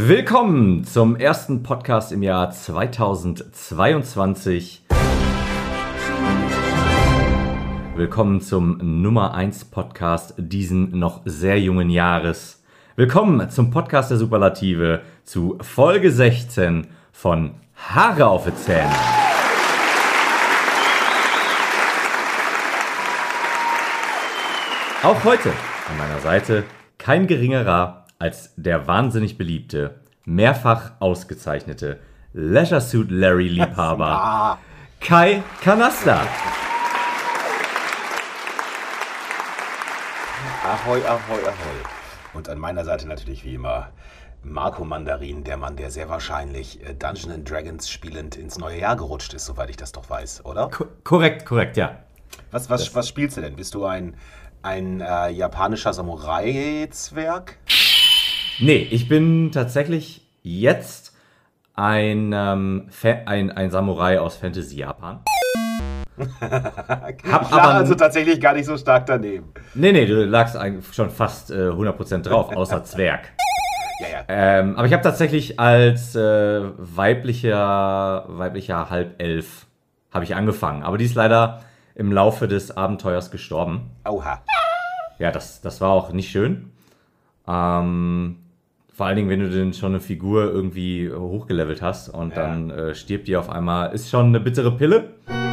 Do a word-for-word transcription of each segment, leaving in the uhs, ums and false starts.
Willkommen zum ersten Podcast im Jahr zweitausendzweiundzwanzig. Willkommen zum Nummer eins Podcast diesen noch sehr jungen Jahres. Willkommen zum Podcast der Superlative zu Folge sechzehn von Haare auf den Zähnen. Auch heute an meiner Seite kein geringerer als der wahnsinnig beliebte, mehrfach ausgezeichnete Leisure Suit Larry Liebhaber Kai Kanasta. Ahoi, ahoi, ahoi. Und an meiner Seite natürlich wie immer Marco Mandarin, der Mann, der sehr wahrscheinlich Dungeons and Dragons spielend ins neue Jahr gerutscht ist, soweit ich das doch weiß, oder? Ko- korrekt, korrekt, ja. Was, was, was spielst du denn? Bist du ein, ein äh, japanischer Samurai-Zwerg? Nee, ich bin tatsächlich jetzt ein, ähm, Fa- ein, ein Samurai aus Fantasy-Japan. Hab ich lag aber also tatsächlich gar nicht so stark daneben. Nee, nee, du lagst eigentlich schon fast äh, hundert Prozent drauf, außer Zwerg. Ja, ja. Ähm, aber ich habe tatsächlich als äh, weiblicher, weiblicher Halbelf habe ich angefangen. Aber die ist leider im Laufe des Abenteuers gestorben. Oha. Ja, das, das war auch nicht schön. Ähm, vor allen Dingen, wenn du denn schon eine Figur irgendwie hochgelevelt hast und Ja. dann äh, stirbt die auf einmal, ist schon eine bittere Pille.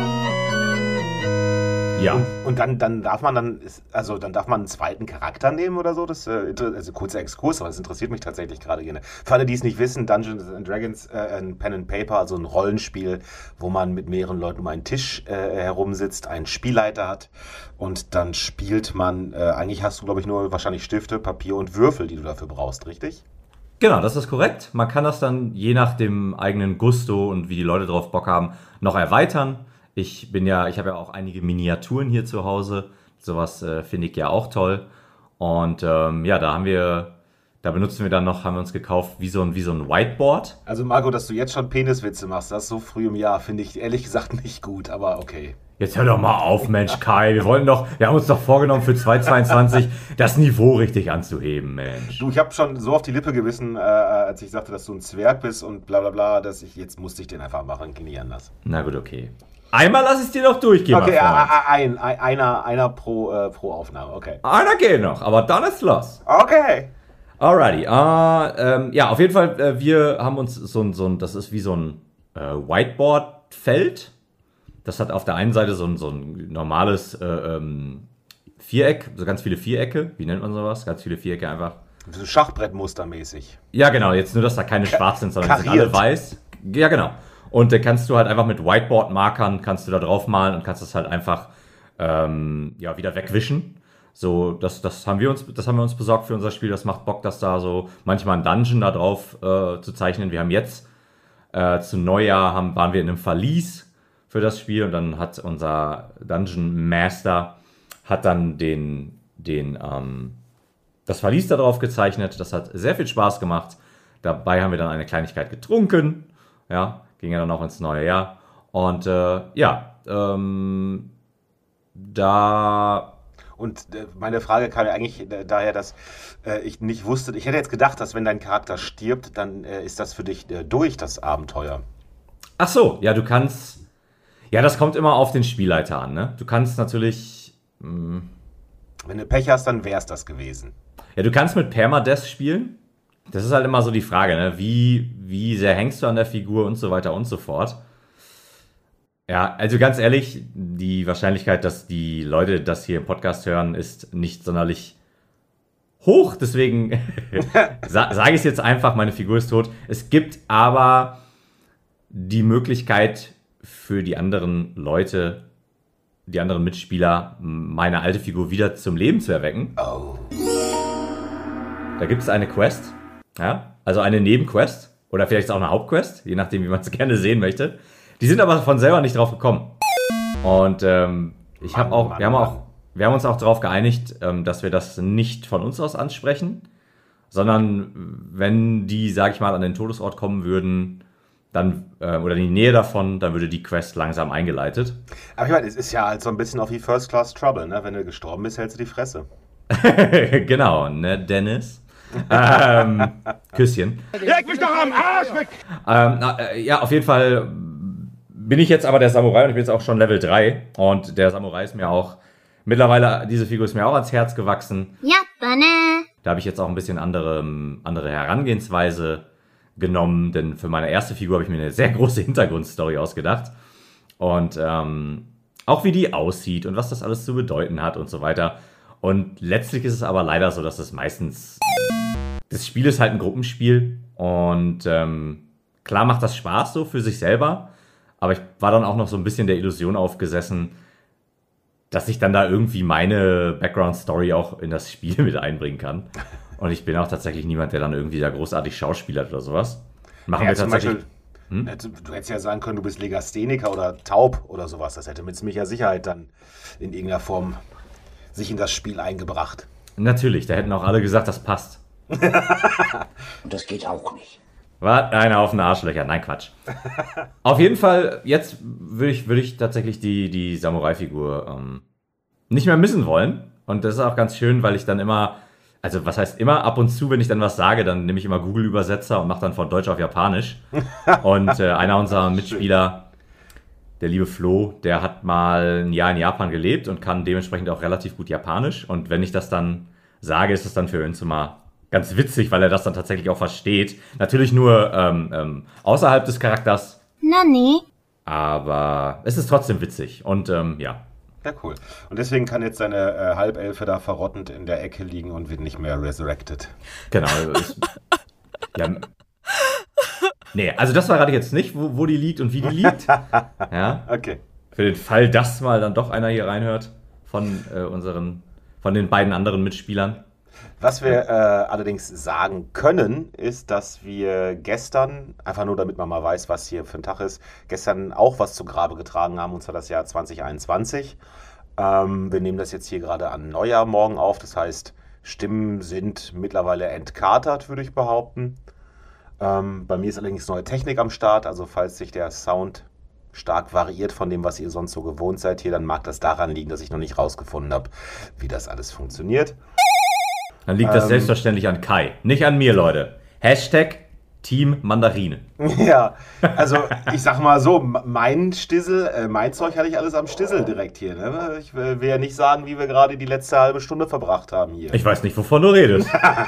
Ja. Und, und dann, dann darf man dann, also dann darf man einen zweiten Charakter nehmen oder so. Das äh, also kurzer Exkurs, aber das interessiert mich tatsächlich gerade gerne. Für alle, die es nicht wissen, Dungeons and Dragons, äh, ein Pen and Paper, also ein Rollenspiel, wo man mit mehreren Leuten um einen Tisch äh, herumsitzt, einen Spielleiter hat und dann spielt man. Äh, eigentlich hast du, glaube ich, nur wahrscheinlich Stifte, Papier und Würfel, die du dafür brauchst, richtig? Genau, das ist korrekt. Man kann das dann je nach dem eigenen Gusto und wie die Leute drauf Bock haben, noch erweitern. Ich bin ja, ich habe ja auch einige Miniaturen hier zu Hause. Sowas äh, finde ich ja auch toll. Und ähm, ja, da haben wir, da benutzen wir dann noch, haben wir uns gekauft, wie so ein, wie so ein Whiteboard. Also Marco, dass du jetzt schon Peniswitze machst, das so früh im Jahr, finde ich ehrlich gesagt nicht gut, aber okay. Jetzt hör doch mal auf, Mensch, Kai. Wir wollten doch, wir haben uns doch vorgenommen für zweitausendzweiundzwanzig das Niveau richtig anzuheben, Mensch. Du, ich habe schon so auf die Lippe gebissen, äh, als ich sagte, dass du ein Zwerg bist und bla bla bla, dass ich, jetzt musste ich den einfach machen, nie anders. Na gut, okay. Einmal lass es dir noch durchgehen, Okay, mein Freund. ein, ein, einer, einer pro, äh, pro Aufnahme, okay. Einer geht noch, aber dann ist Schluss. Okay. Alrighty. Uh, ähm, ja, auf jeden Fall, äh, wir haben uns so ein, so ein, das ist wie so ein äh, Whiteboard-Feld. Das hat auf der einen Seite so ein, so ein normales äh, ähm, Viereck, so ganz viele Vierecke. Wie nennt man sowas? Ganz viele Vierecke einfach. So Schachbrettmustermäßig. Ja, genau. Jetzt nur, dass da keine schwarz sind, sondern die sind kariert. alle weiß. Ja, genau. Und da kannst du halt einfach mit Whiteboard-Markern, kannst du da drauf malen und kannst das halt einfach ähm, ja, wieder wegwischen. So, das, das, haben wir uns, das haben wir uns besorgt für unser Spiel. Das macht Bock, dass da so manchmal ein Dungeon da drauf äh, zu zeichnen. Wir haben jetzt äh, zu Neujahr haben, waren wir in einem Verlies für das Spiel und dann hat unser Dungeon Master hat dann den, den, ähm, das Verlies da drauf gezeichnet. Das hat sehr viel Spaß gemacht. Dabei haben wir dann eine Kleinigkeit getrunken. Ja, ging ja dann auch ins neue Jahr. Und äh, ja, ähm, da... Und äh, meine Frage kam ja eigentlich äh, daher, dass äh, ich nicht wusste, ich hätte jetzt gedacht, dass wenn dein Charakter stirbt, dann äh, ist das für dich äh, durch, das Abenteuer. Ach so, ja, du kannst... Ja, das kommt immer auf den Spielleiter an, ne? Du kannst natürlich... Mh, Wenn du Pech hast, dann wär's das gewesen. ja, du kannst mit Permadeath spielen. Das ist halt immer so die Frage, ne? Wie, wie sehr hängst du an der Figur und so weiter und so fort. Ja, also ganz ehrlich, die Wahrscheinlichkeit, dass die Leute das hier im Podcast hören, ist nicht sonderlich hoch. Deswegen sa- sage ich es jetzt einfach, meine Figur ist tot. Es gibt aber die Möglichkeit für die anderen Leute, die anderen Mitspieler, meine alte Figur wieder zum Leben zu erwecken. Oh. Da gibt es eine Quest, ja, also eine Nebenquest oder vielleicht auch eine Hauptquest, je nachdem, wie man es gerne sehen möchte. Die sind aber von selber nicht drauf gekommen. Und ähm, ich habe auch, Mann, wir haben Mann. auch, wir haben uns auch darauf geeinigt, ähm, dass wir das nicht von uns aus ansprechen, sondern wenn die, sag ich mal, an den Todesort kommen würden, dann äh, oder in die Nähe davon, dann würde die Quest langsam eingeleitet. Aber ich meine, es ist ja halt so ein bisschen auch wie First Class Trouble, ne? Wenn du gestorben bist, hältst du die Fresse. Genau, ne, Dennis? ähm, Küsschen. Leg mich doch am Arsch weg! Ähm, na, äh, ja, auf jeden Fall bin ich jetzt aber der Samurai und ich bin jetzt auch schon Level drei. Und der Samurai ist mir auch, mittlerweile, diese Figur ist mir auch ans Herz gewachsen. Ja, ne. Da habe ich jetzt auch ein bisschen andere, andere Herangehensweise genommen, denn für meine erste Figur habe ich mir eine sehr große Hintergrundstory ausgedacht. Und ähm, auch wie die aussieht und was das alles zu bedeuten hat und so weiter. Und letztlich ist es aber leider so, dass es meistens... Das Spiel ist halt ein Gruppenspiel und ähm, klar macht das Spaß so für sich selber, aber ich war dann auch noch so ein bisschen der Illusion aufgesessen, dass ich dann da irgendwie meine Background-Story auch in das Spiel mit einbringen kann. Und ich bin auch tatsächlich niemand, der dann irgendwie da großartig schauspielert oder sowas. Machen ja, wir tatsächlich... Beispiel, hm? Du hättest ja sagen können, du bist Legastheniker oder taub oder sowas. Das hätte mit ziemlicher Sicherheit dann in irgendeiner Form sich in das Spiel eingebracht. Natürlich, da hätten auch alle gesagt, das passt. Und das geht auch nicht. War einer auf den Arschlöcher. Nein, Quatsch. Auf jeden Fall, jetzt würde ich, würde ich tatsächlich die, die Samurai-Figur ähm, nicht mehr missen wollen. Und das ist auch ganz schön, weil ich dann immer, also was heißt immer, ab und zu, wenn ich dann was sage, dann nehme ich immer Google-Übersetzer und mache dann von Deutsch auf Japanisch. Und äh, einer unserer Mitspieler, der liebe Flo, der hat mal ein Jahr in Japan gelebt und kann dementsprechend auch relativ gut Japanisch. Und wenn ich das dann sage, ist es dann für uns immer ganz witzig, weil er das dann tatsächlich auch versteht. Natürlich nur ähm, ähm, außerhalb des Charakters. Nani? Aber es ist trotzdem witzig. Und ähm, ja. Ja, cool. Und deswegen kann jetzt seine äh, Halbelfe da verrottend in der Ecke liegen und wird nicht mehr resurrected. Genau. Ist, ja. Nee, also das verrate ich jetzt nicht, wo, wo die liegt und wie die liegt. Ja. Okay. Für den Fall, dass mal dann doch einer hier reinhört von äh, unseren, von den beiden anderen Mitspielern. Was wir äh, allerdings sagen können, ist, dass wir gestern, einfach nur damit man mal weiß, was hier für ein Tag ist, gestern auch was zu Grabe getragen haben, und zwar das Jahr zwanzig einundzwanzig. Ähm, wir nehmen das jetzt hier gerade an Neujahr morgen auf, das heißt, Stimmen sind mittlerweile entkatert, würde ich behaupten. Ähm, bei mir ist allerdings neue Technik am Start, also falls sich der Sound stark variiert von dem, was ihr sonst so gewohnt seid hier, dann mag das daran liegen, dass ich noch nicht rausgefunden habe, wie das alles funktioniert. Dann liegt das ähm, selbstverständlich an Kai, nicht an mir, Leute. Hashtag Team Mandarine. Ja, also ich sag mal so, mein Stissel, äh, mein Zeug hatte ich alles am Stissel direkt hier. Ne? Ich will, will ja nicht sagen, wie wir gerade die letzte halbe Stunde verbracht haben hier. Ich weiß nicht, wovon du redest.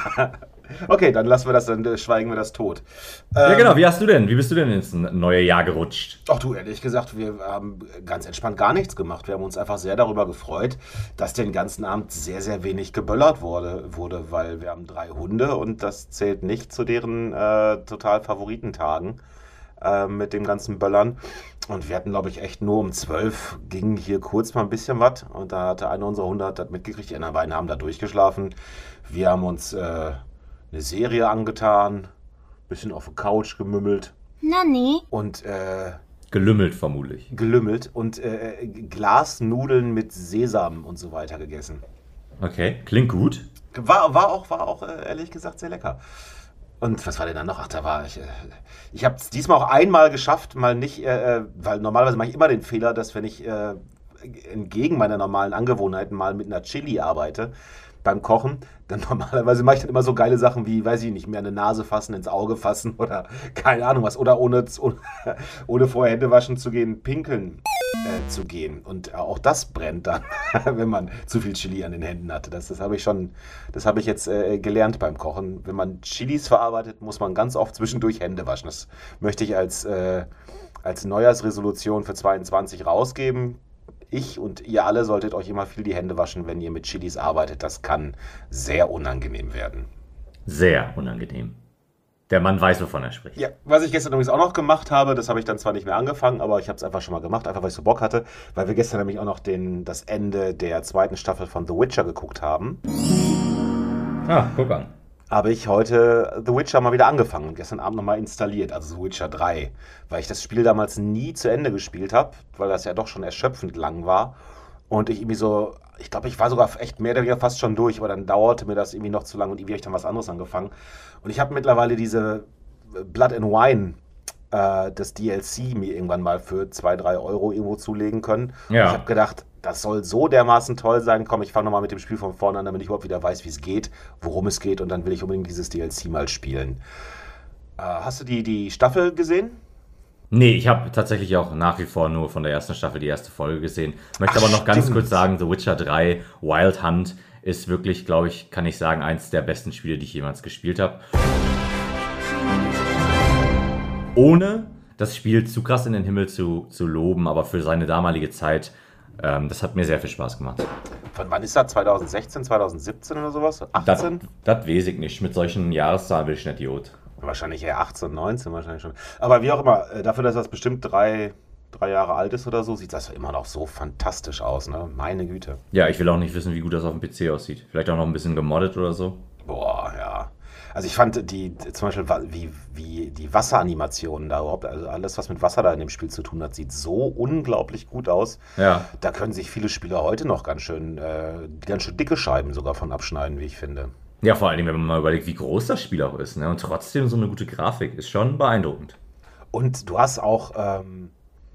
Okay, dann lassen wir das, dann schweigen wir das tot. Ja, ähm, genau, wie hast du denn, wie bist du denn ins neue Jahr gerutscht? Ach du, ehrlich gesagt, wir haben ganz entspannt gar nichts gemacht. Wir haben uns einfach sehr darüber gefreut, dass den ganzen Abend sehr, sehr wenig geböllert wurde, wurde weil wir haben drei Hunde und das zählt nicht zu deren äh, total Favoritentagen äh, mit dem ganzen Böllern. Und wir hatten, glaube ich, echt nur um zwölf ging hier kurz mal ein bisschen was. Und da hatte einer unserer Hunde hat das mitgekriegt, die anderen beiden haben da durchgeschlafen. Wir haben uns äh, eine Serie angetan, bisschen auf der Couch gemümmelt. Nani? Und äh, gelümmelt vermutlich. Gelümmelt und äh, Glasnudeln mit Sesam und so weiter gegessen. Okay, klingt gut. War, war auch, war auch äh, ehrlich gesagt sehr lecker. Und was war denn dann noch? Ach, da war ich. Äh, ich habe es diesmal auch einmal geschafft, mal nicht, äh, weil normalerweise mache ich immer den Fehler, dass wenn ich äh, entgegen meiner normalen Angewohnheiten mal mit einer Chili arbeite beim Kochen, dann normalerweise mache ich dann immer so geile Sachen wie, weiß ich nicht, mehr eine Nase fassen, ins Auge fassen oder keine Ahnung was. Oder ohne, ohne, ohne vorher Hände waschen zu gehen, pinkeln äh, zu gehen. Und auch das brennt dann, wenn man zu viel Chili an den Händen hatte. Das, das habe ich schon, das habe ich jetzt äh, gelernt beim Kochen. Wenn man Chilis verarbeitet, muss man ganz oft zwischendurch Hände waschen. Das möchte ich als, äh, als Neujahrsresolution für zweiundzwanzig rausgeben. Ich und ihr alle solltet euch immer viel die Hände waschen, wenn ihr mit Chilis arbeitet. Das kann sehr unangenehm werden. Sehr unangenehm. Der Mann weiß, wovon er spricht. Ja, was ich gestern übrigens auch noch gemacht habe, das habe ich dann zwar nicht mehr angefangen, aber ich habe es einfach schon mal gemacht, einfach weil ich so Bock hatte, weil wir gestern nämlich auch noch den, das Ende der zweiten Staffel von The Witcher geguckt haben. Ah, guck an. Habe ich heute The Witcher mal wieder angefangen und gestern Abend nochmal installiert, also The Witcher drei, weil ich das Spiel damals nie zu Ende gespielt habe, weil das ja doch schon erschöpfend lang war und ich irgendwie so, ich glaube, ich war sogar echt mehr oder weniger fast schon durch, aber dann dauerte mir das irgendwie noch zu lang und irgendwie habe ich dann was anderes angefangen und ich habe mittlerweile diese Blood and Wine äh, das D L C mir irgendwann mal für zwei, drei Euro irgendwo zulegen können. Ja. Und ich habe gedacht, das soll so dermaßen toll sein. Komm, ich fange nochmal mit dem Spiel von vorne an, damit ich überhaupt wieder weiß, wie es geht, worum es geht. Und dann will ich unbedingt dieses D L C mal spielen. Äh, hast du die, die Staffel gesehen? Nee, ich habe tatsächlich auch nach wie vor nur von der ersten Staffel die erste Folge gesehen. Möchte Ach, aber noch ganz stimmt. kurz sagen, The Witcher drei Wild Hunt ist wirklich, glaube ich, kann ich sagen, eins der besten Spiele, die ich jemals gespielt habe. Ohne das Spiel zu krass in den Himmel zu, zu loben, aber für seine damalige Zeit, ähm, das hat mir sehr viel Spaß gemacht. Von wann ist das? zwanzig sechzehn, zwanzig siebzehn oder sowas? Das, achtzehn? das weiß ich nicht. Mit solchen Jahreszahlen bin ich nicht Idiot. Wahrscheinlich eher achtzehn, neunzehn wahrscheinlich schon. Aber wie auch immer, äh, dafür, dass das bestimmt drei, drei Jahre alt ist oder so, sieht das immer noch so fantastisch aus, ne? Meine Güte. Ja, ich will auch nicht wissen, wie gut das auf dem P C aussieht. Vielleicht auch noch ein bisschen gemoddet oder so. Boah, ja. Also ich fand die, zum Beispiel, wa- wie, wie die Wasseranimationen da überhaupt, also alles, was mit Wasser da in dem Spiel zu tun hat, sieht so unglaublich gut aus. Ja. Da können sich viele Spieler heute noch ganz schön, äh, ganz schön dicke Scheiben sogar von abschneiden, wie ich finde. Ja, vor allem, wenn man mal überlegt, wie groß das Spiel auch ist, ne? Und trotzdem so eine gute Grafik. Ist schon beeindruckend. Und du hast auch, ähm,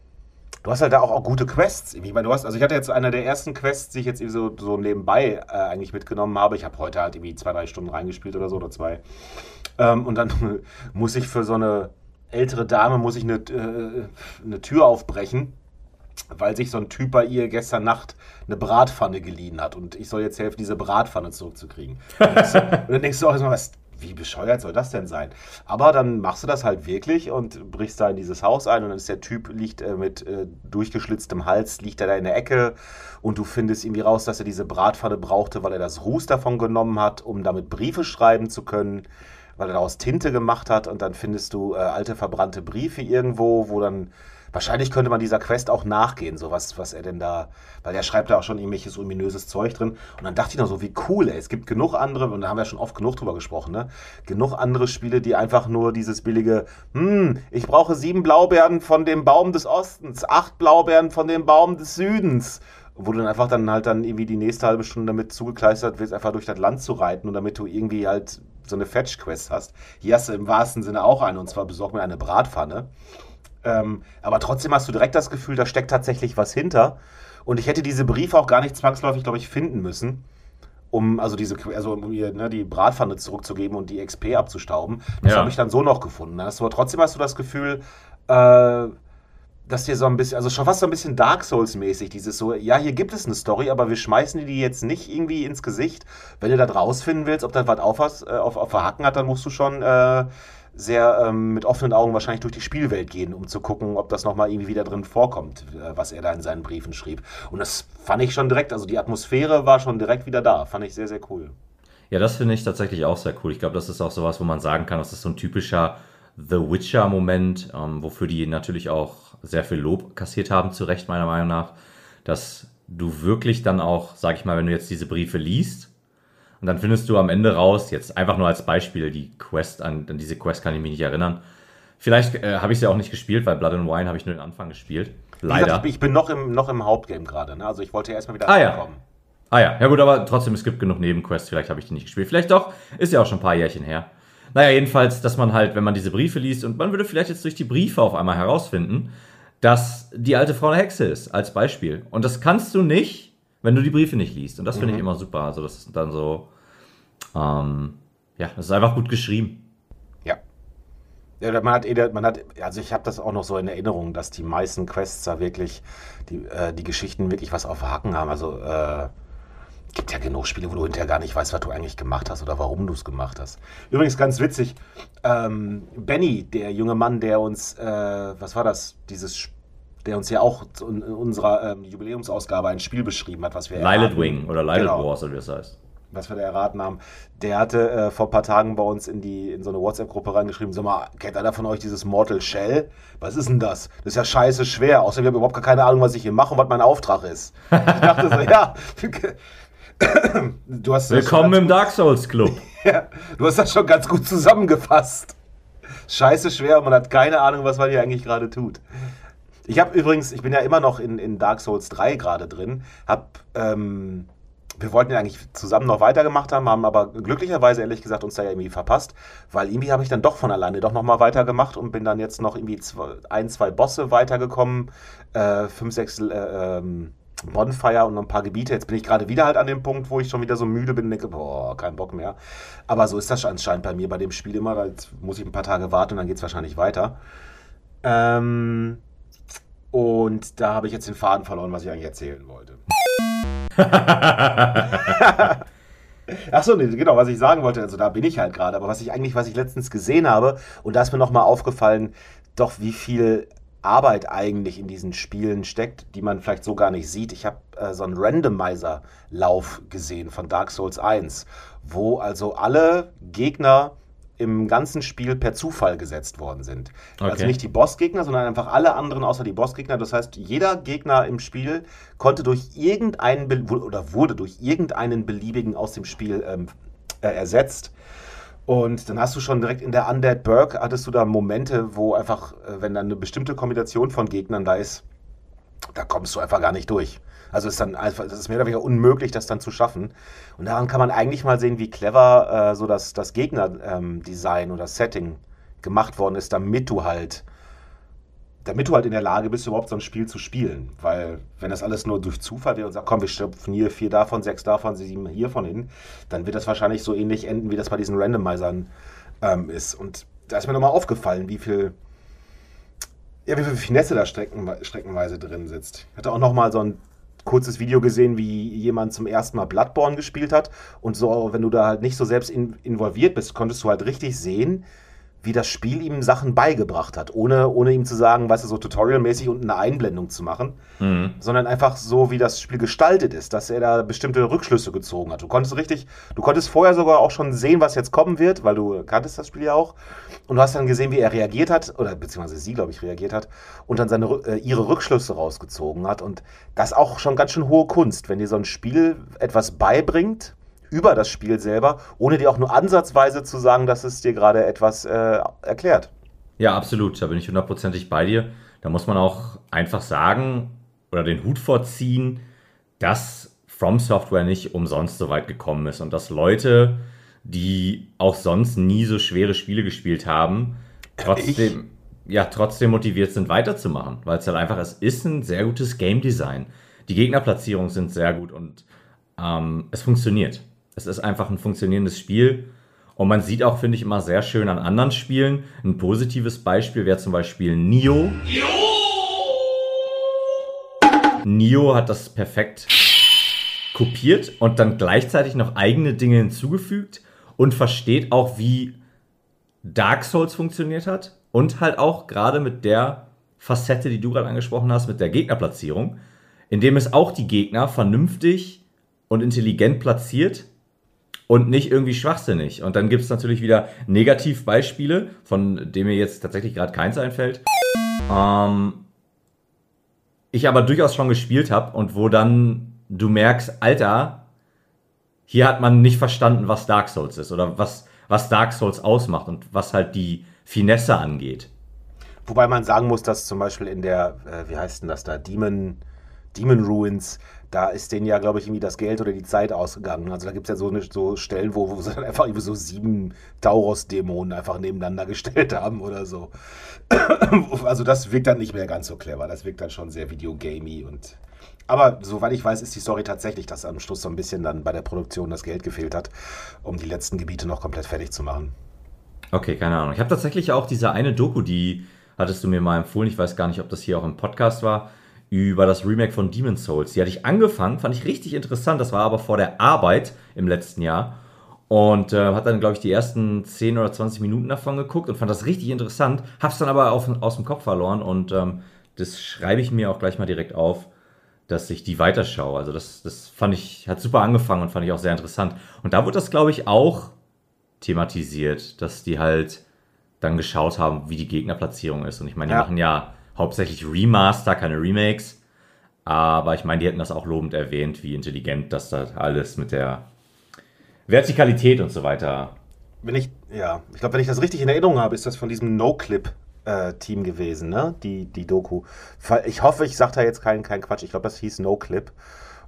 du hast halt da auch, auch gute Quests. Ich meine, du hast, also ich hatte jetzt eine der ersten Quests, die ich jetzt irgendwie so, so nebenbei äh, eigentlich mitgenommen habe. Ich habe heute halt irgendwie zwei, drei Stunden reingespielt oder so oder zwei. Ähm, und dann muss ich für so eine ältere Dame, muss ich eine, äh, eine Tür aufbrechen, weil sich so ein Typ bei ihr gestern Nacht eine Bratpfanne geliehen hat und ich soll jetzt helfen, diese Bratpfanne zurückzukriegen. Und, das, und dann denkst du auch erstmal, was, wie bescheuert soll das denn sein? Aber dann machst du das halt wirklich und brichst da in dieses Haus ein und dann ist der Typ, liegt äh, mit äh, durchgeschlitztem Hals, liegt er da in der Ecke und du findest irgendwie raus, dass er diese Bratpfanne brauchte, weil er das Ruß davon genommen hat, um damit Briefe schreiben zu können, weil er daraus Tinte gemacht hat und dann findest du äh, alte verbrannte Briefe irgendwo, wo dann wahrscheinlich könnte man dieser Quest auch nachgehen, so was, was er denn da, weil er schreibt da auch schon irgendwelches ominöses Zeug drin. Und dann dachte ich noch so, wie cool, ey. Es gibt genug andere, und da haben wir ja schon oft genug drüber gesprochen, ne? Genug andere Spiele, die einfach nur dieses billige, hm, ich brauche sieben Blaubeeren von dem Baum des Ostens, acht Blaubeeren von dem Baum des Südens. Wo du dann einfach dann halt dann irgendwie die nächste halbe Stunde damit zugekleistert wirst, einfach durch das Land zu reiten und damit du irgendwie halt so eine Fetch-Quest hast. Hier hast du im wahrsten Sinne auch eine, und zwar besorg mir eine Bratpfanne. Ähm, aber trotzdem hast du direkt das Gefühl, da steckt tatsächlich was hinter. Und ich hätte diese Briefe auch gar nicht zwangsläufig, glaube ich, finden müssen, um also diese, also um ihr ne, die Bratpfanne zurückzugeben und die X P abzustauben. Das Ja. habe ich dann so noch gefunden. Dann hast du aber trotzdem hast du das Gefühl, äh, dass dir so ein bisschen, also schon fast so ein bisschen Dark Souls-mäßig, dieses so, ja, hier gibt es eine Story, aber wir schmeißen dir die jetzt nicht irgendwie ins Gesicht. Wenn du das rausfinden willst, ob das was auf, hast, äh, auf, auf Verhacken hat, dann musst du schon äh, sehr ähm, mit offenen Augen wahrscheinlich durch die Spielwelt gehen, um zu gucken, ob das nochmal irgendwie wieder drin vorkommt, äh, was er da in seinen Briefen schrieb. Und das fand ich schon direkt, also die Atmosphäre war schon direkt wieder da. Fand ich sehr, sehr cool. Ja, das finde ich tatsächlich auch sehr cool. Ich glaube, das ist auch sowas, wo man sagen kann, das ist so ein typischer The Witcher-Moment, ähm, wofür die natürlich auch sehr viel Lob kassiert haben, zu Recht meiner Meinung nach, dass du wirklich dann auch, sag ich mal, wenn du jetzt diese Briefe liest und dann findest du am Ende raus, jetzt einfach nur als Beispiel, die Quest, an, an diese Quest kann ich mich nicht erinnern. Vielleicht äh, habe ich sie auch nicht gespielt, weil Blood and Wine habe ich nur den Anfang gespielt. Wie Leider. gesagt, ich, ich bin noch im, noch im Hauptgame gerade, ne? Also ich wollte ja erstmal wieder Ah, ja. ankommen. Ah ja, ja gut, aber trotzdem, es gibt genug Nebenquests, vielleicht habe ich die nicht gespielt. Vielleicht doch, ist ja auch schon ein paar Jährchen her. Naja, jedenfalls, dass man halt, wenn man diese Briefe liest und man würde vielleicht jetzt durch die Briefe auf einmal herausfinden, dass die alte Frau eine Hexe ist, als Beispiel. Und das kannst du nicht, wenn du die Briefe nicht liest. Und das finde ich immer super. Also das ist dann so, ähm, ja, das ist einfach gut geschrieben. Ja. Ja, man hat, eh- man hat, also ich habe das auch noch so in Erinnerung, dass die meisten Quests da wirklich, die, äh, die Geschichten wirklich was auf Haken haben. Also, äh, gibt ja genug Spiele, wo du hinterher gar nicht weißt, was du eigentlich gemacht hast oder warum du es gemacht hast. Übrigens ganz witzig, ähm, Benny, der junge Mann, der uns, äh, was war das, dieses, Sp- der uns ja auch in unserer ähm, Jubiläumsausgabe ein Spiel beschrieben hat, was wir Lilith erraten- Wing oder Lilith Genau. Wars oder wie das heißt. was wir da erraten haben, der hatte äh, vor ein paar Tagen bei uns in die in so eine WhatsApp-Gruppe reingeschrieben, sag mal, kennt einer von euch dieses Mortal Shell? Was ist denn das? Das ist ja scheiße schwer, außerdem habe ich überhaupt gar keine Ahnung, was ich hier mache und was mein Auftrag ist. Ich dachte so, ja, du hast das Willkommen schon im Dark Souls Club. ganz, ja, du hast das schon ganz gut zusammengefasst. Scheiße schwer und man hat keine Ahnung, was man hier eigentlich gerade tut. Ich habe übrigens, ich bin ja immer noch in, in Dark Souls drei gerade drin, hab ähm, wir wollten ja eigentlich zusammen noch weitergemacht haben, haben aber glücklicherweise, ehrlich gesagt, uns da ja irgendwie verpasst, weil irgendwie habe ich dann doch von alleine doch nochmal weitergemacht und bin dann jetzt noch irgendwie zwei, ein, zwei Bosse weitergekommen, äh, fünf, sechs äh, ähm, Bonfire und noch ein paar Gebiete. Jetzt bin ich gerade wieder halt an dem Punkt, wo ich schon wieder so müde bin und denke, boah, kein Bock mehr. Aber so ist das anscheinend bei mir bei dem Spiel immer. Jetzt muss ich ein paar Tage warten und dann geht es wahrscheinlich weiter. Ähm, und da habe ich jetzt den Faden verloren, was ich eigentlich erzählen wollte. Achso, nee, genau, was ich sagen wollte, also da bin ich halt gerade, aber was ich eigentlich, was ich letztens gesehen habe, und da ist mir nochmal aufgefallen, doch wie viel Arbeit eigentlich in diesen Spielen steckt, die man vielleicht so gar nicht sieht. Ich habe äh, so einen Randomizer-Lauf gesehen von Dark Souls eins, wo also alle Gegner im ganzen Spiel per Zufall gesetzt worden sind. Okay. Also nicht die Bossgegner, sondern einfach alle anderen außer die Bossgegner. Das heißt, jeder Gegner im Spiel konnte durch irgendeinen Be- oder wurde durch irgendeinen beliebigen aus dem Spiel ähm, äh, ersetzt. Und dann hast du schon direkt in der Undead Burg, hattest du da Momente, wo einfach, äh, wenn dann eine bestimmte Kombination von Gegnern da ist, da kommst du einfach gar nicht durch. Also ist dann einfach, das ist mehr oder weniger unmöglich, das dann zu schaffen. Und daran kann man eigentlich mal sehen, wie clever äh, so das, das Gegner-Design ähm, oder Setting gemacht worden ist, damit du halt, damit du halt in der Lage bist, überhaupt so ein Spiel zu spielen. Weil wenn das alles nur durch Zufall wäre und sagt, komm, wir schöpfen hier vier davon, sechs davon, sieben hiervon hin, dann wird das wahrscheinlich so ähnlich enden, wie das bei diesen Randomizern ähm, ist. Und da ist mir nochmal aufgefallen, wie viel, ja, wie viel Finesse da strecken, streckenweise drin sitzt. Ich hatte auch nochmal so ein kurzes Video gesehen, wie jemand zum ersten Mal Bloodborne gespielt hat. Und so, wenn du da halt nicht so selbst in, involviert bist, konntest du halt richtig sehen, wie das Spiel ihm Sachen beigebracht hat, ohne, ohne ihm zu sagen, weißt du, so tutorialmäßig und eine Einblendung zu machen, mhm. sondern einfach so, wie das Spiel gestaltet ist, dass er da bestimmte Rückschlüsse gezogen hat. Du konntest richtig, du konntest vorher sogar auch schon sehen, was jetzt kommen wird, weil du kanntest das Spiel ja auch, und du hast dann gesehen, wie er reagiert hat, oder beziehungsweise sie, glaube ich, reagiert hat, und dann seine, äh, ihre Rückschlüsse rausgezogen hat, und das ist auch schon ganz schön hohe Kunst, wenn dir so ein Spiel etwas beibringt, über das Spiel selber, ohne dir auch nur ansatzweise zu sagen, dass es dir gerade etwas äh, erklärt. Ja, absolut. Da bin ich hundertprozentig bei dir. Da muss man auch einfach sagen oder den Hut vorziehen, dass From Software nicht umsonst so weit gekommen ist und dass Leute, die auch sonst nie so schwere Spiele gespielt haben, trotzdem, ja, trotzdem motiviert sind, weiterzumachen. Weil es halt einfach, es ist ein sehr gutes Game Design. Die Gegnerplatzierungen sind sehr gut und ähm, es funktioniert. Es ist einfach ein funktionierendes Spiel und man sieht auch, finde ich, immer sehr schön an anderen Spielen. Ein positives Beispiel wäre zum Beispiel Nioh. Nioh hat das perfekt kopiert und dann gleichzeitig noch eigene Dinge hinzugefügt und versteht auch, wie Dark Souls funktioniert hat und halt auch gerade mit der Facette, die du gerade angesprochen hast, mit der Gegnerplatzierung, indem es auch die Gegner vernünftig und intelligent platziert und nicht irgendwie schwachsinnig. Und dann gibt es natürlich wieder Negativbeispiele, von denen mir jetzt tatsächlich gerade keins einfällt. Ähm, ich aber durchaus schon gespielt habe und wo dann du merkst, Alter, hier hat man nicht verstanden, was Dark Souls ist oder was, was Dark Souls ausmacht und was halt die Finesse angeht. Wobei man sagen muss, dass zum Beispiel in der, äh, wie heißt denn das da, Demon, Demon Ruins, da ist denen ja, glaube ich, irgendwie das Geld oder die Zeit ausgegangen. Also da gibt es ja so, eine, so Stellen, wo, wo sie dann einfach irgendwie so sieben Tauros-Dämonen einfach nebeneinander gestellt haben oder so. Also das wirkt dann nicht mehr ganz so clever. Das wirkt dann schon sehr videogamey. Und aber soweit ich weiß, ist die Story tatsächlich, dass am Schluss so ein bisschen dann bei der Produktion das Geld gefehlt hat, um die letzten Gebiete noch komplett fertig zu machen. Okay, keine Ahnung. Ich habe tatsächlich auch diese eine Doku, die hattest du mir mal empfohlen. Ich weiß gar nicht, ob das hier auch im Podcast war, über das Remake von Demon's Souls. Die hatte ich angefangen, fand ich richtig interessant. Das war aber vor der Arbeit im letzten Jahr. Und äh, hat dann, glaube ich, die ersten zehn oder zwanzig Minuten davon geguckt und fand das richtig interessant. Hab's dann aber auf, aus dem Kopf verloren und ähm, das schreibe ich mir auch gleich mal direkt auf, dass ich die weiterschaue. Also das, das fand ich, hat super angefangen und fand ich auch sehr interessant. Und da wurde das, glaube ich, auch thematisiert, dass die halt dann geschaut haben, wie die Gegnerplatzierung ist. Und ich meine, die Ja. machen ja hauptsächlich Remaster, keine Remakes. Aber ich meine, die hätten das auch lobend erwähnt, wie intelligent das da alles mit der Vertikalität und so weiter. Wenn ich, ja, ich glaube, wenn ich das richtig in Erinnerung habe, ist das von diesem No-Clip-Team gewesen, ne? Die, die Doku. Ich hoffe, ich sage da jetzt keinen keinen Quatsch. Ich glaube, das hieß No-Clip.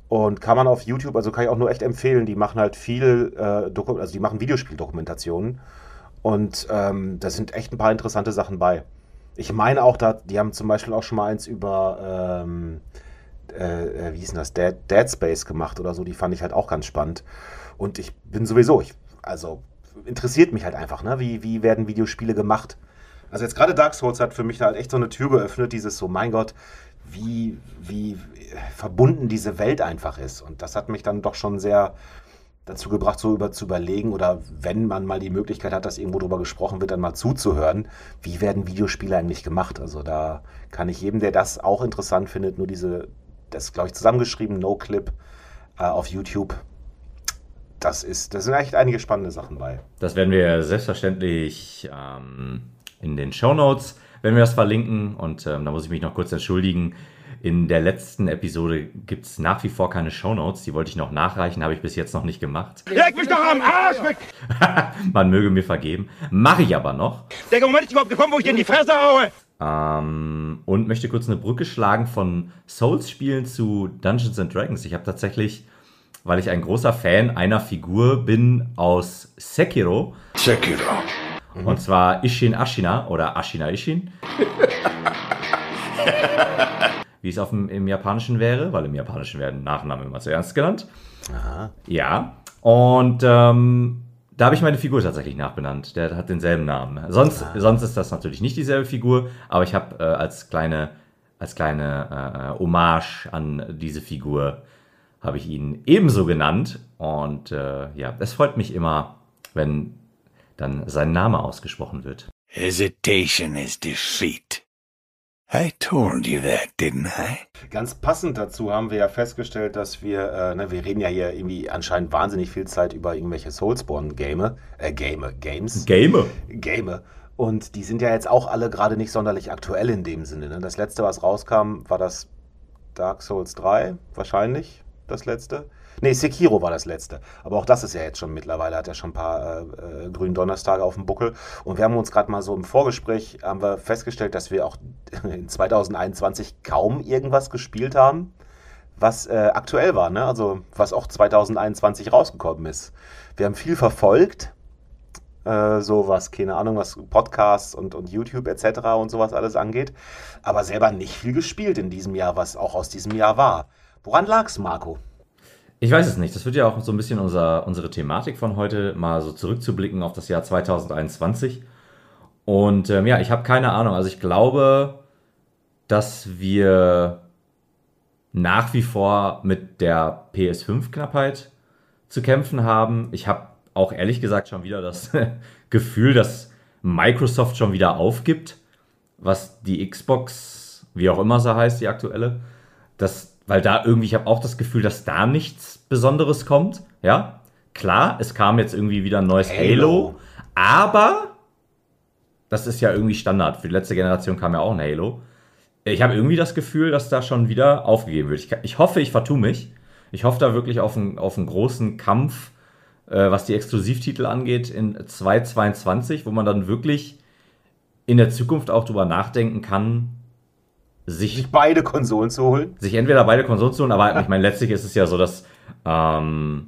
Und kann man auf YouTube, also kann ich auch nur echt empfehlen, die machen halt viel, äh, Doku- also die machen Videospieldokumentationen. Und ähm, da sind echt ein paar interessante Sachen bei. Ich meine auch, da, die haben zum Beispiel auch schon mal eins über, ähm, äh, wie hieß denn das, Dead, Dead Space gemacht oder so. Die fand ich halt auch ganz spannend. Und ich bin sowieso, ich, also interessiert mich halt einfach, ne? Wie, wie werden Videospiele gemacht? Also jetzt gerade Dark Souls hat für mich halt echt so eine Tür geöffnet, dieses so, mein Gott, wie, wie verbunden diese Welt einfach ist. Und das hat mich dann doch schon sehr dazu gebracht, so über zu überlegen oder wenn man mal die Möglichkeit hat, dass irgendwo drüber gesprochen wird, dann mal zuzuhören, wie werden Videospiele eigentlich gemacht. Also da kann ich jedem, der das auch interessant findet, nur diese, das glaube ich zusammengeschrieben, No-Clip äh, auf YouTube. Das ist, da sind echt einige spannende Sachen bei. Das werden wir selbstverständlich ähm, in den Shownotes, wenn wir das verlinken. Und ähm, da muss ich mich noch kurz entschuldigen. In der letzten Episode gibt es nach wie vor keine Shownotes. Die wollte ich noch nachreichen, habe ich bis jetzt noch nicht gemacht. Leg mich doch am Arsch weg! Man möge mir vergeben. Mache ich aber noch. Der Moment ist überhaupt gekommen, wo ich dir in die Fresse haue! Ähm, und möchte kurz eine Brücke schlagen von Souls-Spielen zu Dungeons and Dragons. Ich habe tatsächlich, weil ich ein großer Fan einer Figur bin aus Sekiro. Sekiro. Mhm. Und zwar Ishin Ashina oder Ashina Ishin. Wie es auf dem, im Japanischen wäre, weil im Japanischen werden Nachnamen immer zuerst genannt. Aha. Ja, und ähm, da habe ich meine Figur tatsächlich nachbenannt. Der hat denselben Namen. Sonst, Ah. sonst ist das natürlich nicht dieselbe Figur, aber ich habe äh, als kleine, als kleine äh, Hommage an diese Figur habe ich ihn ebenso genannt. Und äh, ja, es freut mich immer, wenn dann sein Name ausgesprochen wird. Hesitation is defeat. I told you that, didn't I? Ganz passend dazu haben wir ja festgestellt, dass wir, äh, ne, wir reden ja hier irgendwie anscheinend wahnsinnig viel Zeit über irgendwelche Soulsborne-Game, äh, Game, Games. Game. Game. Und die sind ja jetzt auch alle gerade nicht sonderlich aktuell in dem Sinne. Ne? Das letzte, was rauskam, war das Dark Souls drei, wahrscheinlich das letzte. Nee, Sekiro war das letzte. Aber auch das ist ja jetzt schon mittlerweile, hat ja schon ein paar äh, äh, grünen Donnerstage auf dem Buckel. Und wir haben uns gerade mal so im Vorgespräch, haben wir festgestellt, dass wir auch in zwanzig einundzwanzig kaum irgendwas gespielt haben, was äh, aktuell war, ne? Also was auch zwanzig einundzwanzig rausgekommen ist. Wir haben viel verfolgt, äh, so was, keine Ahnung, was Podcasts und, und YouTube et cetera und sowas alles angeht, aber selber nicht viel gespielt in diesem Jahr, was auch aus diesem Jahr war. Woran lag's, Marco? Ich weiß es nicht. Das wird ja auch so ein bisschen unser, unsere Thematik von heute, mal so zurückzublicken auf das Jahr zwanzig einundzwanzig. Und ähm, ja, ich habe keine Ahnung. Also ich glaube, dass wir nach wie vor mit der P S fünf Knappheit zu kämpfen haben. Ich habe auch ehrlich gesagt schon wieder das Gefühl, dass Microsoft schon wieder aufgibt, was die Xbox, wie auch immer sie heißt, die aktuelle, das Weil da irgendwie, ich habe auch das Gefühl, dass da nichts Besonderes kommt. Ja, klar, es kam jetzt irgendwie wieder ein neues Halo, Halo. aber das ist ja irgendwie Standard. Für die letzte Generation kam ja auch ein Halo. Ich habe irgendwie das Gefühl, dass da schon wieder aufgegeben wird. Ich, ich hoffe, ich vertue mich. Ich hoffe da wirklich auf einen, auf einen großen Kampf, äh, was die Exklusivtitel angeht, in zwanzig zweiundzwanzig, wo man dann wirklich in der Zukunft auch drüber nachdenken kann, sich Sich beide Konsolen zu holen? sich entweder beide Konsolen zu holen, aber ich meine, letztlich ist es ja so, dass ähm,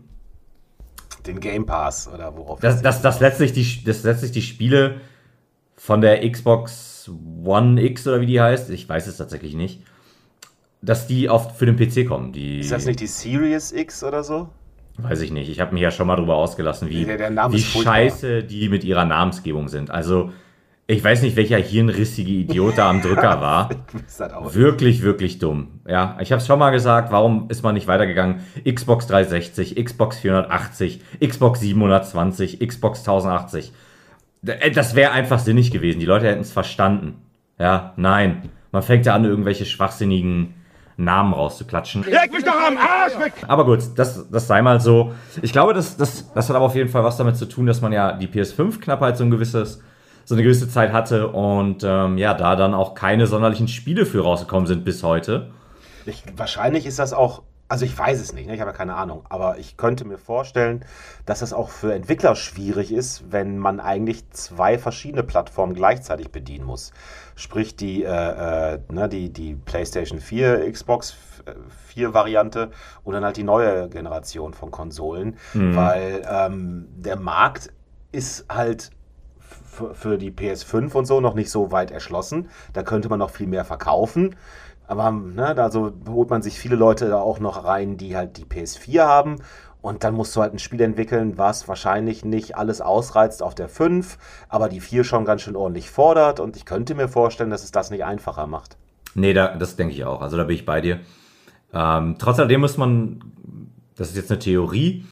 Den Game Pass oder worauf? dass, dass, dass, letztlich die, dass letztlich die Spiele von der Xbox One X oder wie die heißt, ich weiß es tatsächlich nicht, dass die oft für den P C kommen. Die, Ist das nicht die Series X oder so? Weiß ich nicht. Ich habe mich ja schon mal drüber ausgelassen, wie, Der- der Name wie ist furchtbar. scheiße die mit ihrer Namensgebung sind. Also, ich weiß nicht, welcher hirnrissige Idiot da am Drücker war. Ist das auch. Wirklich, wirklich dumm. Ja, ich habe es schon mal gesagt, warum ist man nicht weitergegangen? Xbox dreihundertsechzig, Xbox vierhundertachtzig, Xbox siebenhundertzwanzig, Xbox tausendachtzig. D- Das wäre einfach sinnig gewesen. Die Leute hätten es verstanden. Ja, nein. Man fängt ja an, irgendwelche schwachsinnigen Namen rauszuklatschen. Leg mich doch am Arsch weg! Aber gut, das, das sei mal so. Ich glaube, das, das, das hat aber auf jeden Fall was damit zu tun, dass man ja die P S fünf Knappheit so ein gewisses, so eine gewisse Zeit hatte und ähm, ja, da dann auch keine sonderlichen Spiele für rausgekommen sind bis heute. Ich, wahrscheinlich ist das auch Also ich weiß es nicht, ne? Ich habe ja keine Ahnung, aber ich könnte mir vorstellen, dass es auch für Entwickler schwierig ist, wenn man eigentlich zwei verschiedene Plattformen gleichzeitig bedienen muss. Sprich die, äh, äh, ne, die, die PlayStation vier, Xbox vier Variante und dann halt die neue Generation von Konsolen, mhm. weil ähm, der Markt ist halt f- für die P S fünf und so noch nicht so weit erschlossen. Da könnte man noch viel mehr verkaufen. Aber ne, da so holt man sich viele Leute da auch noch rein, die halt die P S vier haben. Und dann musst du halt ein Spiel entwickeln, was wahrscheinlich nicht alles ausreizt auf der fünf, aber die vier schon ganz schön ordentlich fordert. Und ich könnte mir vorstellen, dass es das nicht einfacher macht. Nee, da, das denke ich auch. Also da bin ich bei dir. Ähm, trotz alledem muss man, das ist jetzt eine Theorie.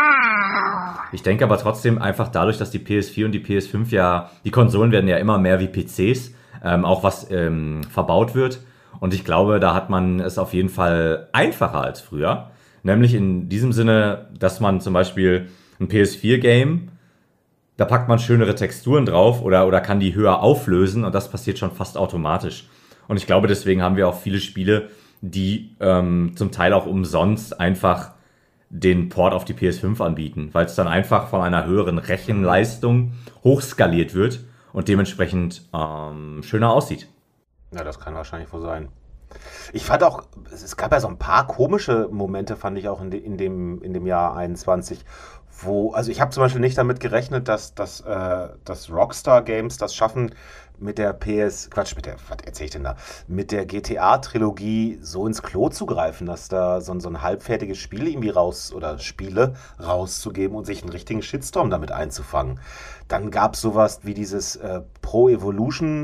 Ich denke aber trotzdem einfach dadurch, dass die P S vier und die P S fünf ja, die Konsolen werden ja immer mehr wie P Cs, ähm, auch was ähm, verbaut wird. Und ich glaube, da hat man es auf jeden Fall einfacher als früher. Nämlich in diesem Sinne, dass man zum Beispiel ein P S vier Game, da packt man schönere Texturen drauf oder, oder kann die höher auflösen und das passiert schon fast automatisch. Und ich glaube, deswegen haben wir auch viele Spiele, die ähm, zum Teil auch umsonst einfach den Port auf die P S fünf anbieten, weil es dann einfach von einer höheren Rechenleistung hochskaliert wird und dementsprechend ähm, schöner aussieht. Ja, das kann wahrscheinlich wohl sein. Ich fand auch, es gab ja so ein paar komische Momente, fand ich auch in, de, in, dem, in dem Jahr einundzwanzig, wo, also ich habe zum Beispiel nicht damit gerechnet, dass, dass, äh, dass Rockstar Games das schaffen, mit der P S, Quatsch, mit der, was erzähl ich denn da, mit der G T A-Trilogie so ins Klo zu greifen, dass da so, so ein halbfertiges Spiel irgendwie raus, oder Spiele rauszugeben und sich einen richtigen Shitstorm damit einzufangen. Dann gab es sowas wie dieses äh, Pro Evolution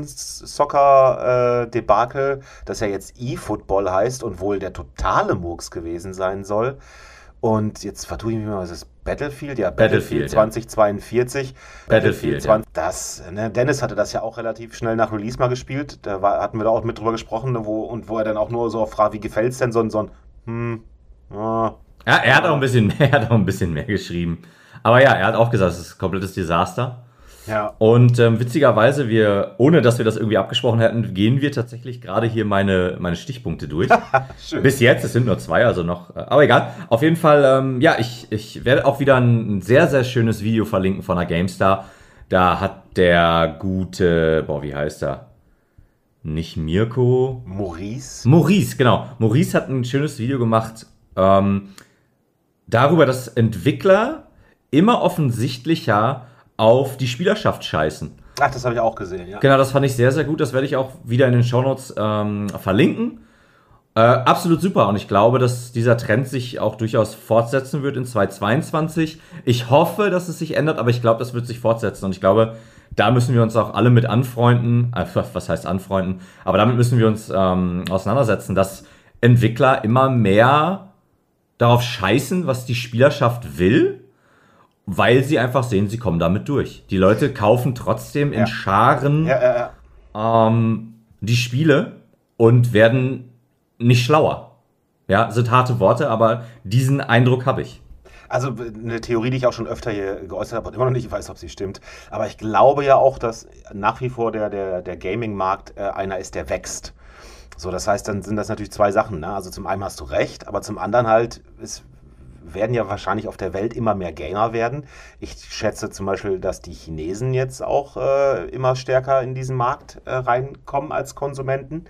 Soccer äh, Debakel, das ja jetzt eFootball heißt und wohl der totale Murks gewesen sein soll. Und jetzt vertue ich mich mal, was ist Battlefield? Ja, Battlefield, Battlefield zweitausendzweiundvierzig. Battlefield, zwanzig, ja. Das, ne, Dennis hatte das ja auch relativ schnell nach Release mal gespielt. Da war, hatten wir da auch mit drüber gesprochen, ne, wo, und wo er dann auch nur so fragt, wie gefällt's denn so ein, so ein hm, ah, ja, er hat auch ein bisschen mehr, er hat auch ein bisschen mehr geschrieben. Aber ja, er hat auch gesagt, es ist ein komplettes Desaster. Ja. Und ähm, witzigerweise, wir, ohne dass wir das irgendwie abgesprochen hätten, gehen wir tatsächlich gerade hier meine, meine Stichpunkte durch. Schön. Bis jetzt, es sind nur zwei, also noch, äh, aber egal. Auf jeden Fall, ähm, ja, ich, ich werde auch wieder ein, ein sehr, sehr schönes Video verlinken von der GameStar. Da hat der gute, boah, wie heißt er? Nicht Mirko? Maurice. Maurice, genau. Maurice hat ein schönes Video gemacht, ähm, darüber, dass Entwickler immer offensichtlicher auf die Spielerschaft scheißen. Ach, das habe ich auch gesehen, ja. Genau, das fand ich sehr, sehr gut. Das werde ich auch wieder in den Shownotes ähm, verlinken. Äh, absolut super. Und ich glaube, dass dieser Trend sich auch durchaus fortsetzen wird in zweitausendzweiundzwanzig. Ich hoffe, dass es sich ändert, aber ich glaube, das wird sich fortsetzen. Und ich glaube, da müssen wir uns auch alle mit anfreunden. Äh, was heißt anfreunden? Aber damit müssen wir uns ähm, auseinandersetzen, dass Entwickler immer mehr darauf scheißen, was die Spielerschaft will, weil sie einfach sehen, sie kommen damit durch. Die Leute kaufen trotzdem in ja. Scharen ja, ja, ja. Ähm, die Spiele und werden nicht schlauer. Ja, sind harte Worte, aber diesen Eindruck habe ich. Also eine Theorie, die ich auch schon öfter hier geäußert habe und immer noch nicht weiß, ob sie stimmt. Aber ich glaube ja auch, dass nach wie vor der, der, der Gaming-Markt äh, einer ist, der wächst. So, das heißt, dann sind das natürlich zwei Sachen. Ne? Also zum einen hast du recht, aber zum anderen halt ist werden ja wahrscheinlich auf der Welt immer mehr Gamer werden. Ich schätze zum Beispiel, dass die Chinesen jetzt auch äh, immer stärker in diesen Markt äh, reinkommen als Konsumenten.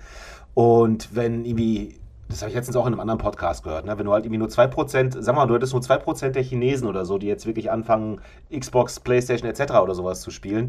Und wenn irgendwie, das habe ich letztens auch in einem anderen Podcast gehört, ne? Wenn du halt irgendwie nur zwei Prozent, sag mal, du hättest nur zwei Prozent der Chinesen oder so, die jetzt wirklich anfangen, Xbox, Playstation et cetera oder sowas zu spielen,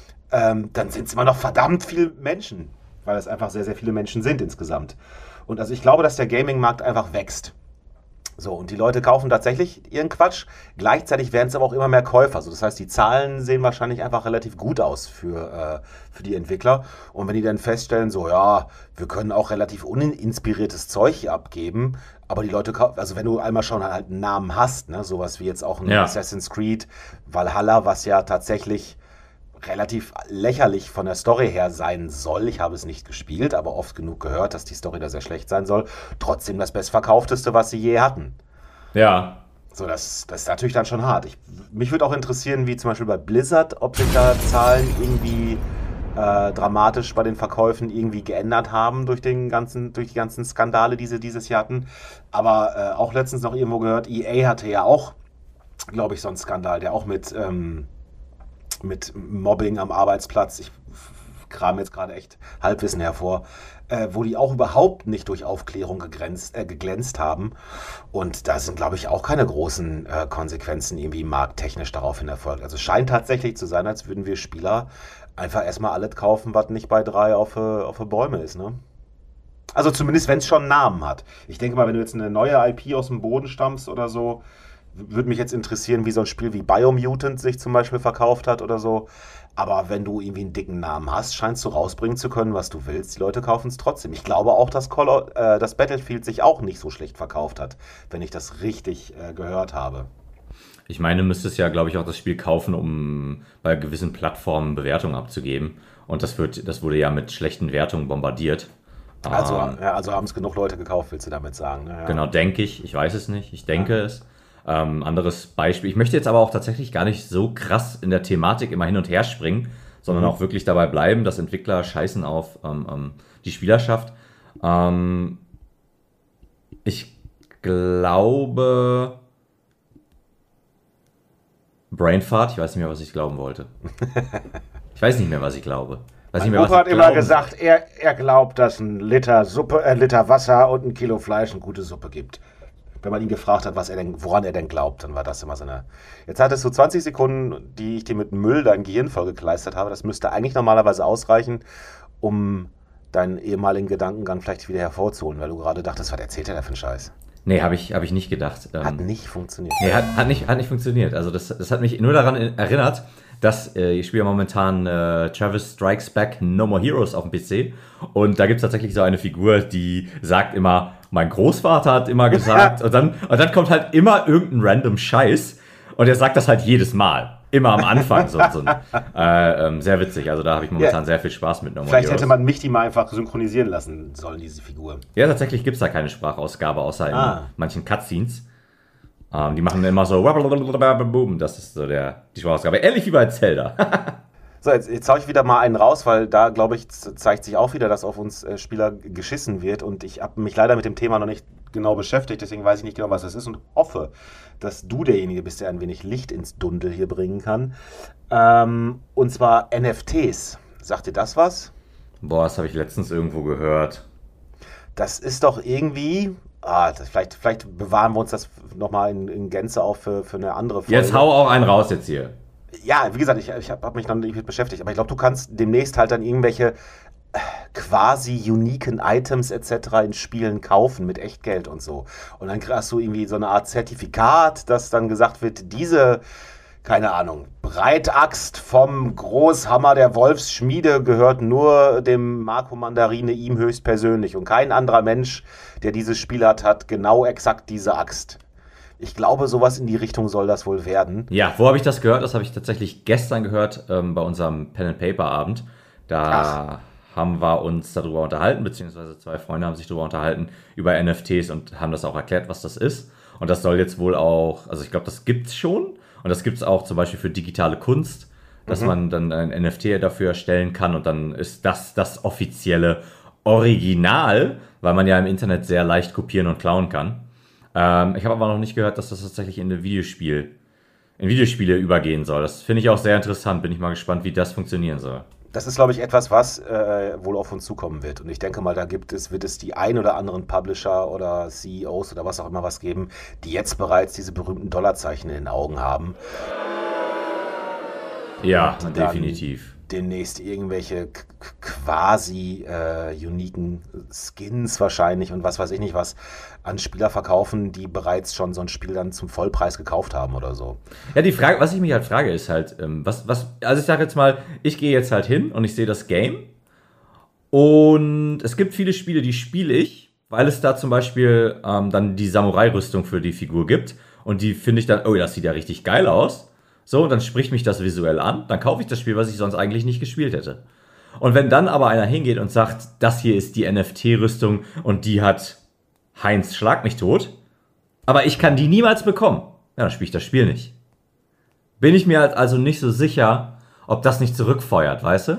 ähm, dann sind es immer noch verdammt viele Menschen, weil es einfach sehr, sehr viele Menschen sind insgesamt. Und also ich glaube, dass der Gaming-Markt einfach wächst. So, und die Leute kaufen tatsächlich ihren Quatsch. Gleichzeitig werden es aber auch immer mehr Käufer. So, das heißt, die Zahlen sehen wahrscheinlich einfach relativ gut aus für, äh, für die Entwickler. Und wenn die dann feststellen, so, ja, wir können auch relativ uninspiriertes Zeug hier abgeben, aber die Leute kaufen, also wenn du einmal schon halt einen Namen hast, ne, sowas wie jetzt auch ein ja. Assassin's Creed Valhalla, was ja tatsächlich relativ lächerlich von der Story her sein soll. Ich habe es nicht gespielt, aber oft genug gehört, dass die Story da sehr schlecht sein soll. Trotzdem das bestverkaufteste, was sie je hatten. Ja. So, das, das ist natürlich dann schon hart. Ich, mich würde auch interessieren, wie zum Beispiel bei Blizzard, ob sich da Zahlen irgendwie äh, dramatisch bei den Verkäufen irgendwie geändert haben durch den ganzen, durch die ganzen Skandale, die sie dieses Jahr hatten. Aber äh, auch letztens noch irgendwo gehört, E A hatte ja auch, glaube ich, so einen Skandal, der auch mit, ähm, mit Mobbing am Arbeitsplatz, ich kram jetzt gerade echt Halbwissen hervor, äh, wo die auch überhaupt nicht durch Aufklärung gegrenzt, äh, geglänzt haben. Und da sind, glaube ich, auch keine großen äh, Konsequenzen irgendwie markttechnisch daraufhin erfolgt. Also es scheint tatsächlich zu sein, als würden wir Spieler einfach erstmal alles kaufen, was nicht bei drei auf, äh, auf Bäume ist, ne? Also zumindest, wenn es schon einen Namen hat. Ich denke mal, wenn du jetzt eine neue I P aus dem Boden stammst oder so, würde mich jetzt interessieren, wie so ein Spiel wie Biomutant sich zum Beispiel verkauft hat oder so. Aber wenn du irgendwie einen dicken Namen hast, scheinst du rausbringen zu können, was du willst. Die Leute kaufen es trotzdem. Ich glaube auch, dass, Call of, äh, dass Battlefield sich auch nicht so schlecht verkauft hat, wenn ich das richtig äh, gehört habe. Ich meine, du müsstest ja, glaube ich, auch das Spiel kaufen, um bei gewissen Plattformen Bewertungen abzugeben. Und das, wird, das wurde ja mit schlechten Wertungen bombardiert. Also, ähm, ja, also haben es genug Leute gekauft, willst du damit sagen? Ne? Ja. Genau, denke ich. Ich weiß es nicht. Ich denke ja. es. Ähm, anderes Beispiel. Ich möchte jetzt aber auch tatsächlich gar nicht so krass in der Thematik immer hin und her springen, sondern mhm. auch wirklich dabei bleiben, dass Entwickler scheißen auf ähm, ähm, die Spielerschaft. Ähm, ich glaube... Brainfart, ich weiß nicht mehr, was ich glauben wollte. Ich weiß nicht mehr, was ich glaube. Weiß Mein nicht mehr, Opa was hat ich immer glauben gesagt, soll. er, er glaubt, dass ein Liter Suppe, äh, Liter Wasser und ein Kilo Fleisch eine gute Suppe gibt. Wenn man ihn gefragt hat, was er denn, woran er denn glaubt, dann war das immer so eine... Jetzt hattest du zwanzig Sekunden, die ich dir mit Müll dein Gehirn vollgekleistert habe. Das müsste eigentlich normalerweise ausreichen, um deinen ehemaligen Gedankengang vielleicht wieder hervorzuholen, weil du gerade dachtest, was erzählt er da für einen Scheiß? Nee, habe ich, hab ich nicht gedacht. Ähm, Hat nicht funktioniert. Nee, hat, hat, nicht, hat nicht funktioniert. Also das, das hat mich nur daran erinnert, dass äh, ich spiele momentan äh, Travis Strikes Back No More Heroes auf dem P C und da gibt es tatsächlich so eine Figur, die sagt immer, mein Großvater hat immer gesagt und dann, und dann kommt halt immer irgendein random Scheiß und er sagt das halt jedes Mal. Immer am Anfang. So, so ein, äh, ähm, sehr witzig. Also da habe ich momentan ja. sehr viel Spaß mit No More Vielleicht Heroes. hätte man mich die mal einfach synchronisieren lassen sollen, diese Figur. Ja, tatsächlich gibt es da keine Sprachausgabe, außer in Ah. manchen Cutscenes. Ähm, die machen immer so boom, das ist so der, die Sprachausgabe. Ähnlich wie bei Zelda. So, jetzt, jetzt hau ich wieder mal einen raus, weil da, glaube ich, zeigt sich auch wieder, dass auf uns äh, Spieler geschissen wird. Und ich habe mich leider mit dem Thema noch nicht genau beschäftigt, deswegen weiß ich nicht genau, was das ist und hoffe, dass du derjenige bist, der ein wenig Licht ins Dunkel hier bringen kann. Ähm, und zwar N F Ts. Sagt dir das was? Boah, das habe ich letztens irgendwo gehört. Das ist doch irgendwie... Ah, das, vielleicht, vielleicht bewahren wir uns das nochmal in, in Gänze auf für, für eine andere Folge. Jetzt hau auch einen raus jetzt hier. Ja, wie gesagt, ich, ich habe hab mich noch nicht mit beschäftigt, aber ich glaube, du kannst demnächst halt dann irgendwelche äh, quasi uniken Items et cetera in Spielen kaufen mit Echtgeld und so. Und dann hast du irgendwie so eine Art Zertifikat, dass dann gesagt wird, diese, keine Ahnung, Breitaxt vom Großhammer der Wolfsschmiede gehört nur dem Marco Mandarine, ihm höchstpersönlich. Und kein anderer Mensch, der dieses Spiel hat, hat genau exakt diese Axt. Ich glaube, sowas in die Richtung soll das wohl werden. Ja, wo habe ich das gehört? Das habe ich tatsächlich gestern gehört ähm, bei unserem Pen-and-Paper-Abend. Da Ach. haben wir uns darüber unterhalten, beziehungsweise zwei Freunde haben sich darüber unterhalten, über N F Ts und haben das auch erklärt, was das ist. Und das soll jetzt wohl auch, also ich glaube, das gibt's schon. Und das gibt es auch zum Beispiel für digitale Kunst, dass mhm. man dann ein N F T dafür erstellen kann und dann ist das das offizielle Original, weil man ja im Internet sehr leicht kopieren und klauen kann. Ähm, ich habe aber noch nicht gehört, dass das tatsächlich in, eine Videospiel, in Videospiele übergehen soll. Das finde ich auch sehr interessant. Bin ich mal gespannt, wie das funktionieren soll. Das ist, glaube ich, etwas, was äh, wohl auf uns zukommen wird. Und ich denke mal, da gibt es, wird es die ein oder anderen Publisher oder C E Os oder was auch immer was geben, die jetzt bereits diese berühmten Dollarzeichen in den Augen haben. Ja, definitiv. Demnächst irgendwelche k- quasi äh, uniken Skins wahrscheinlich und was weiß ich nicht was an Spieler verkaufen, die bereits schon so ein Spiel dann zum Vollpreis gekauft haben oder so. Ja, die Frage, was ich mich halt frage, ist halt, ähm, was, was, also ich sage jetzt mal, ich gehe jetzt halt hin und ich sehe das Game und es gibt viele Spiele, die spiele ich, weil es da zum Beispiel ähm, dann die Samurai-Rüstung für die Figur gibt und die finde ich dann, oh, das sieht ja richtig geil aus. So, dann spricht mich das visuell an, dann kaufe ich das Spiel, was ich sonst eigentlich nicht gespielt hätte. Und wenn dann aber einer hingeht und sagt, das hier ist die N F T-Rüstung und die hat Heinz Schlag mich tot, aber ich kann die niemals bekommen, ja, dann spiele ich das Spiel nicht. Bin ich mir also nicht so sicher, ob das nicht zurückfeuert, weißt du?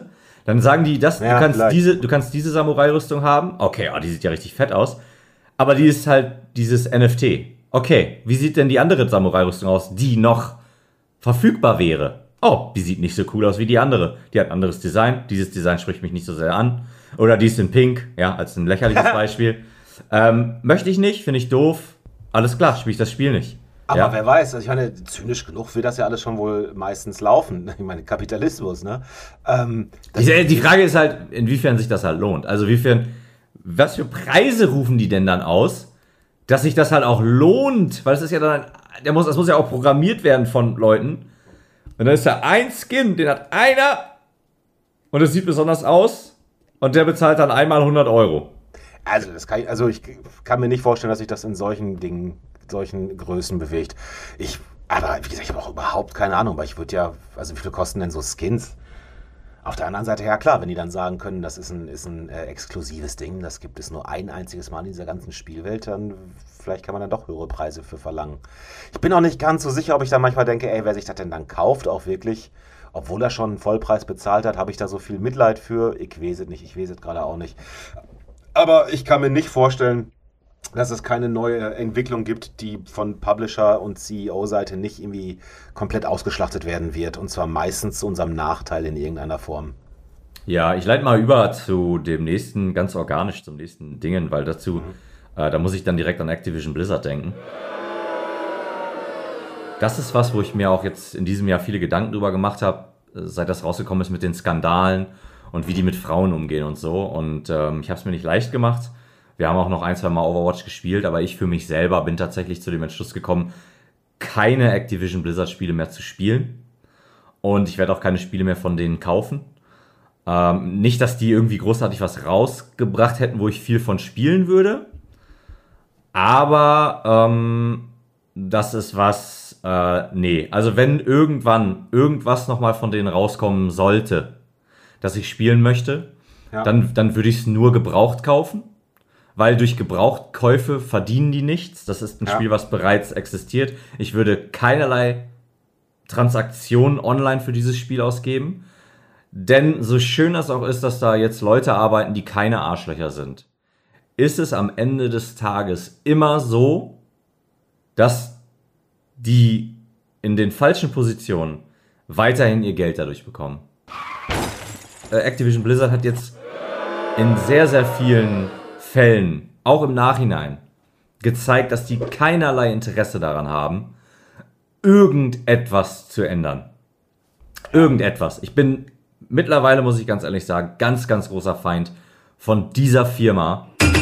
Dann sagen die, das, Ja, du, kannst vielleicht. diese, du kannst diese Samurai-Rüstung haben. Okay, oh, die sieht ja richtig fett aus. Aber die ist halt dieses N F T. Okay, wie sieht denn die andere Samurai-Rüstung aus, die noch verfügbar wäre? Oh, die sieht nicht so cool aus wie die andere. Die hat ein anderes Design. Dieses Design spricht mich nicht so sehr an. Oder die ist in Pink, ja, als ein lächerliches Beispiel. Ähm, möchte ich nicht, finde ich doof. Alles klar, spiele ich das Spiel nicht. Aber ja? wer weiß, also ich meine, zynisch genug will das ja alles schon wohl meistens laufen. Ich meine, Kapitalismus, ne? Ähm, das Die, die Frage ist halt, inwiefern sich das halt lohnt. Also inwiefern, was für Preise rufen die denn dann aus, dass sich das halt auch lohnt? Weil es ist ja dann, der muss, das muss ja auch programmiert werden von Leuten. Und dann ist da ein Skin, den hat einer und es sieht besonders aus und der bezahlt dann einmal hundert Euro. Also, das kann ich, also ich kann mir nicht vorstellen, dass sich das in solchen Dingen, solchen Größen bewegt. Ich, aber wie gesagt, ich habe auch überhaupt keine Ahnung, weil ich würde ja, also wie viel kosten denn so Skins? Auf der anderen Seite, ja klar, wenn die dann sagen können, das ist ein, ist ein äh, exklusives Ding, das gibt es nur ein einziges Mal in dieser ganzen Spielwelt, dann vielleicht kann man dann doch höhere Preise für verlangen. Ich bin auch nicht ganz so sicher, ob ich da manchmal denke, ey, wer sich das denn dann kauft, auch wirklich, obwohl er schon einen Vollpreis bezahlt hat, habe ich da so viel Mitleid für? Ich weiß es nicht, ich weiß es gerade auch nicht. Aber ich kann mir nicht vorstellen, dass es keine neue Entwicklung gibt, die von Publisher und C E O-Seite nicht irgendwie komplett ausgeschlachtet werden wird. Und zwar meistens zu unserem Nachteil in irgendeiner Form. Ja, ich leite mal über zu dem nächsten, ganz organisch zum nächsten Dingen, weil dazu, mhm. äh, da muss ich dann direkt an Activision Blizzard denken. Das ist was, wo ich mir auch jetzt in diesem Jahr viele Gedanken drüber gemacht habe, seit das rausgekommen ist mit den Skandalen und wie die mit Frauen umgehen und so. Und ähm, ich habe es mir nicht leicht gemacht. Wir haben auch noch ein, zwei Mal Overwatch gespielt, aber ich für mich selber bin tatsächlich zu dem Entschluss gekommen, keine Activision Blizzard Spiele mehr zu spielen. Und ich werde auch keine Spiele mehr von denen kaufen. Ähm, nicht, dass die irgendwie großartig was rausgebracht hätten, wo ich viel von spielen würde. Aber ähm, das ist was, äh, nee. Also wenn irgendwann irgendwas nochmal von denen rauskommen sollte, dass ich spielen möchte, ja. dann, dann würde ich es nur gebraucht kaufen. Weil durch Gebrauchtkäufe verdienen die nichts. Das ist ein ja. Spiel, was bereits existiert. Ich würde keinerlei Transaktionen online für dieses Spiel ausgeben. Denn so schön das auch ist, dass da jetzt Leute arbeiten, die keine Arschlöcher sind, ist es am Ende des Tages immer so, dass die in den falschen Positionen weiterhin ihr Geld dadurch bekommen. Äh, Activision Blizzard hat jetzt in sehr, sehr vielen Fällen, auch im Nachhinein, gezeigt, dass die keinerlei Interesse daran haben, irgendetwas zu ändern. Irgendetwas. Ich bin mittlerweile, muss ich ganz ehrlich sagen, ganz, ganz großer Feind von dieser Firma.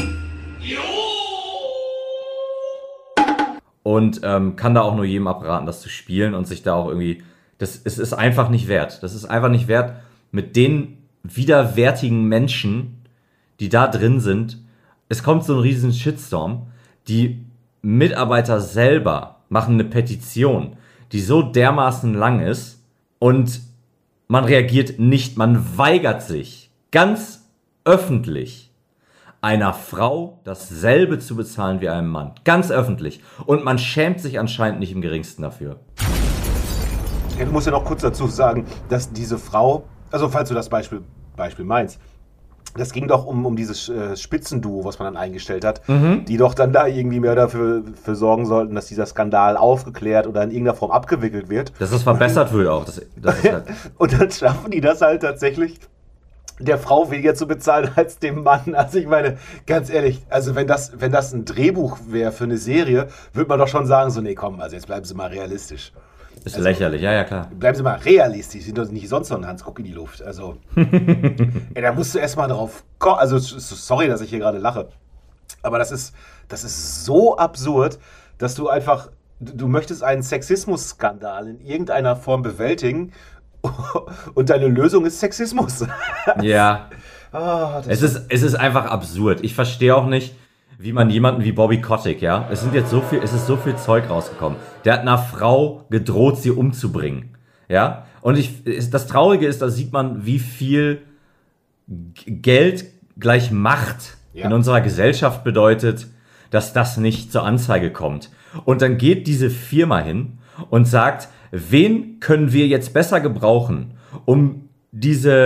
Und ähm, kann da auch nur jedem abraten, das zu spielen und sich da auch irgendwie, das es ist einfach nicht wert. Das ist einfach nicht wert, mit den widerwärtigen Menschen, die da drin sind. Es kommt so ein riesen Shitstorm. Die Mitarbeiter selber machen eine Petition, die so dermaßen lang ist und man reagiert nicht, man weigert sich ganz öffentlich einer Frau dasselbe zu bezahlen wie einem Mann. Ganz öffentlich. Und man schämt sich anscheinend nicht im geringsten dafür. Ja, du musst ja noch kurz dazu sagen, dass diese Frau, also falls du das Beispiel, Beispiel meinst, das ging doch um, um dieses äh, Spitzenduo, was man dann eingestellt hat, mhm. die doch dann da irgendwie mehr dafür für sorgen sollten, dass dieser Skandal aufgeklärt oder in irgendeiner Form abgewickelt wird. Dass es verbessert wird auch. Das, das ist halt und dann schaffen die das halt tatsächlich, der Frau weniger zu bezahlen als dem Mann. Also ich meine, ganz ehrlich, also wenn das, wenn das ein Drehbuch wäre für eine Serie, würde man doch schon sagen, so nee, komm, also jetzt bleiben Sie mal realistisch. Ist also, lächerlich, ja, ja, klar. Bleiben Sie mal realistisch, sind doch nicht sonst noch ein Hans Guck in die Luft. Also, ey, da musst du erstmal drauf kommen. Also, sorry, dass ich hier gerade lache. Aber das ist, das ist so absurd, dass du einfach, du möchtest einen Sexismus-Skandal in irgendeiner Form bewältigen und deine Lösung ist Sexismus. Ja. Oh, es ist, es ist einfach absurd. Ich verstehe auch nicht, wie man jemanden wie Bobby Kotick, ja, es sind jetzt so viel, es ist so viel Zeug rausgekommen. Der hat einer Frau gedroht, sie umzubringen, ja. Und ich, das Traurige ist, da sieht man, wie viel Geld gleich Macht ja. in unserer Gesellschaft bedeutet, dass das nicht zur Anzeige kommt. Und dann geht diese Firma hin und sagt, wen können wir jetzt besser gebrauchen, um diese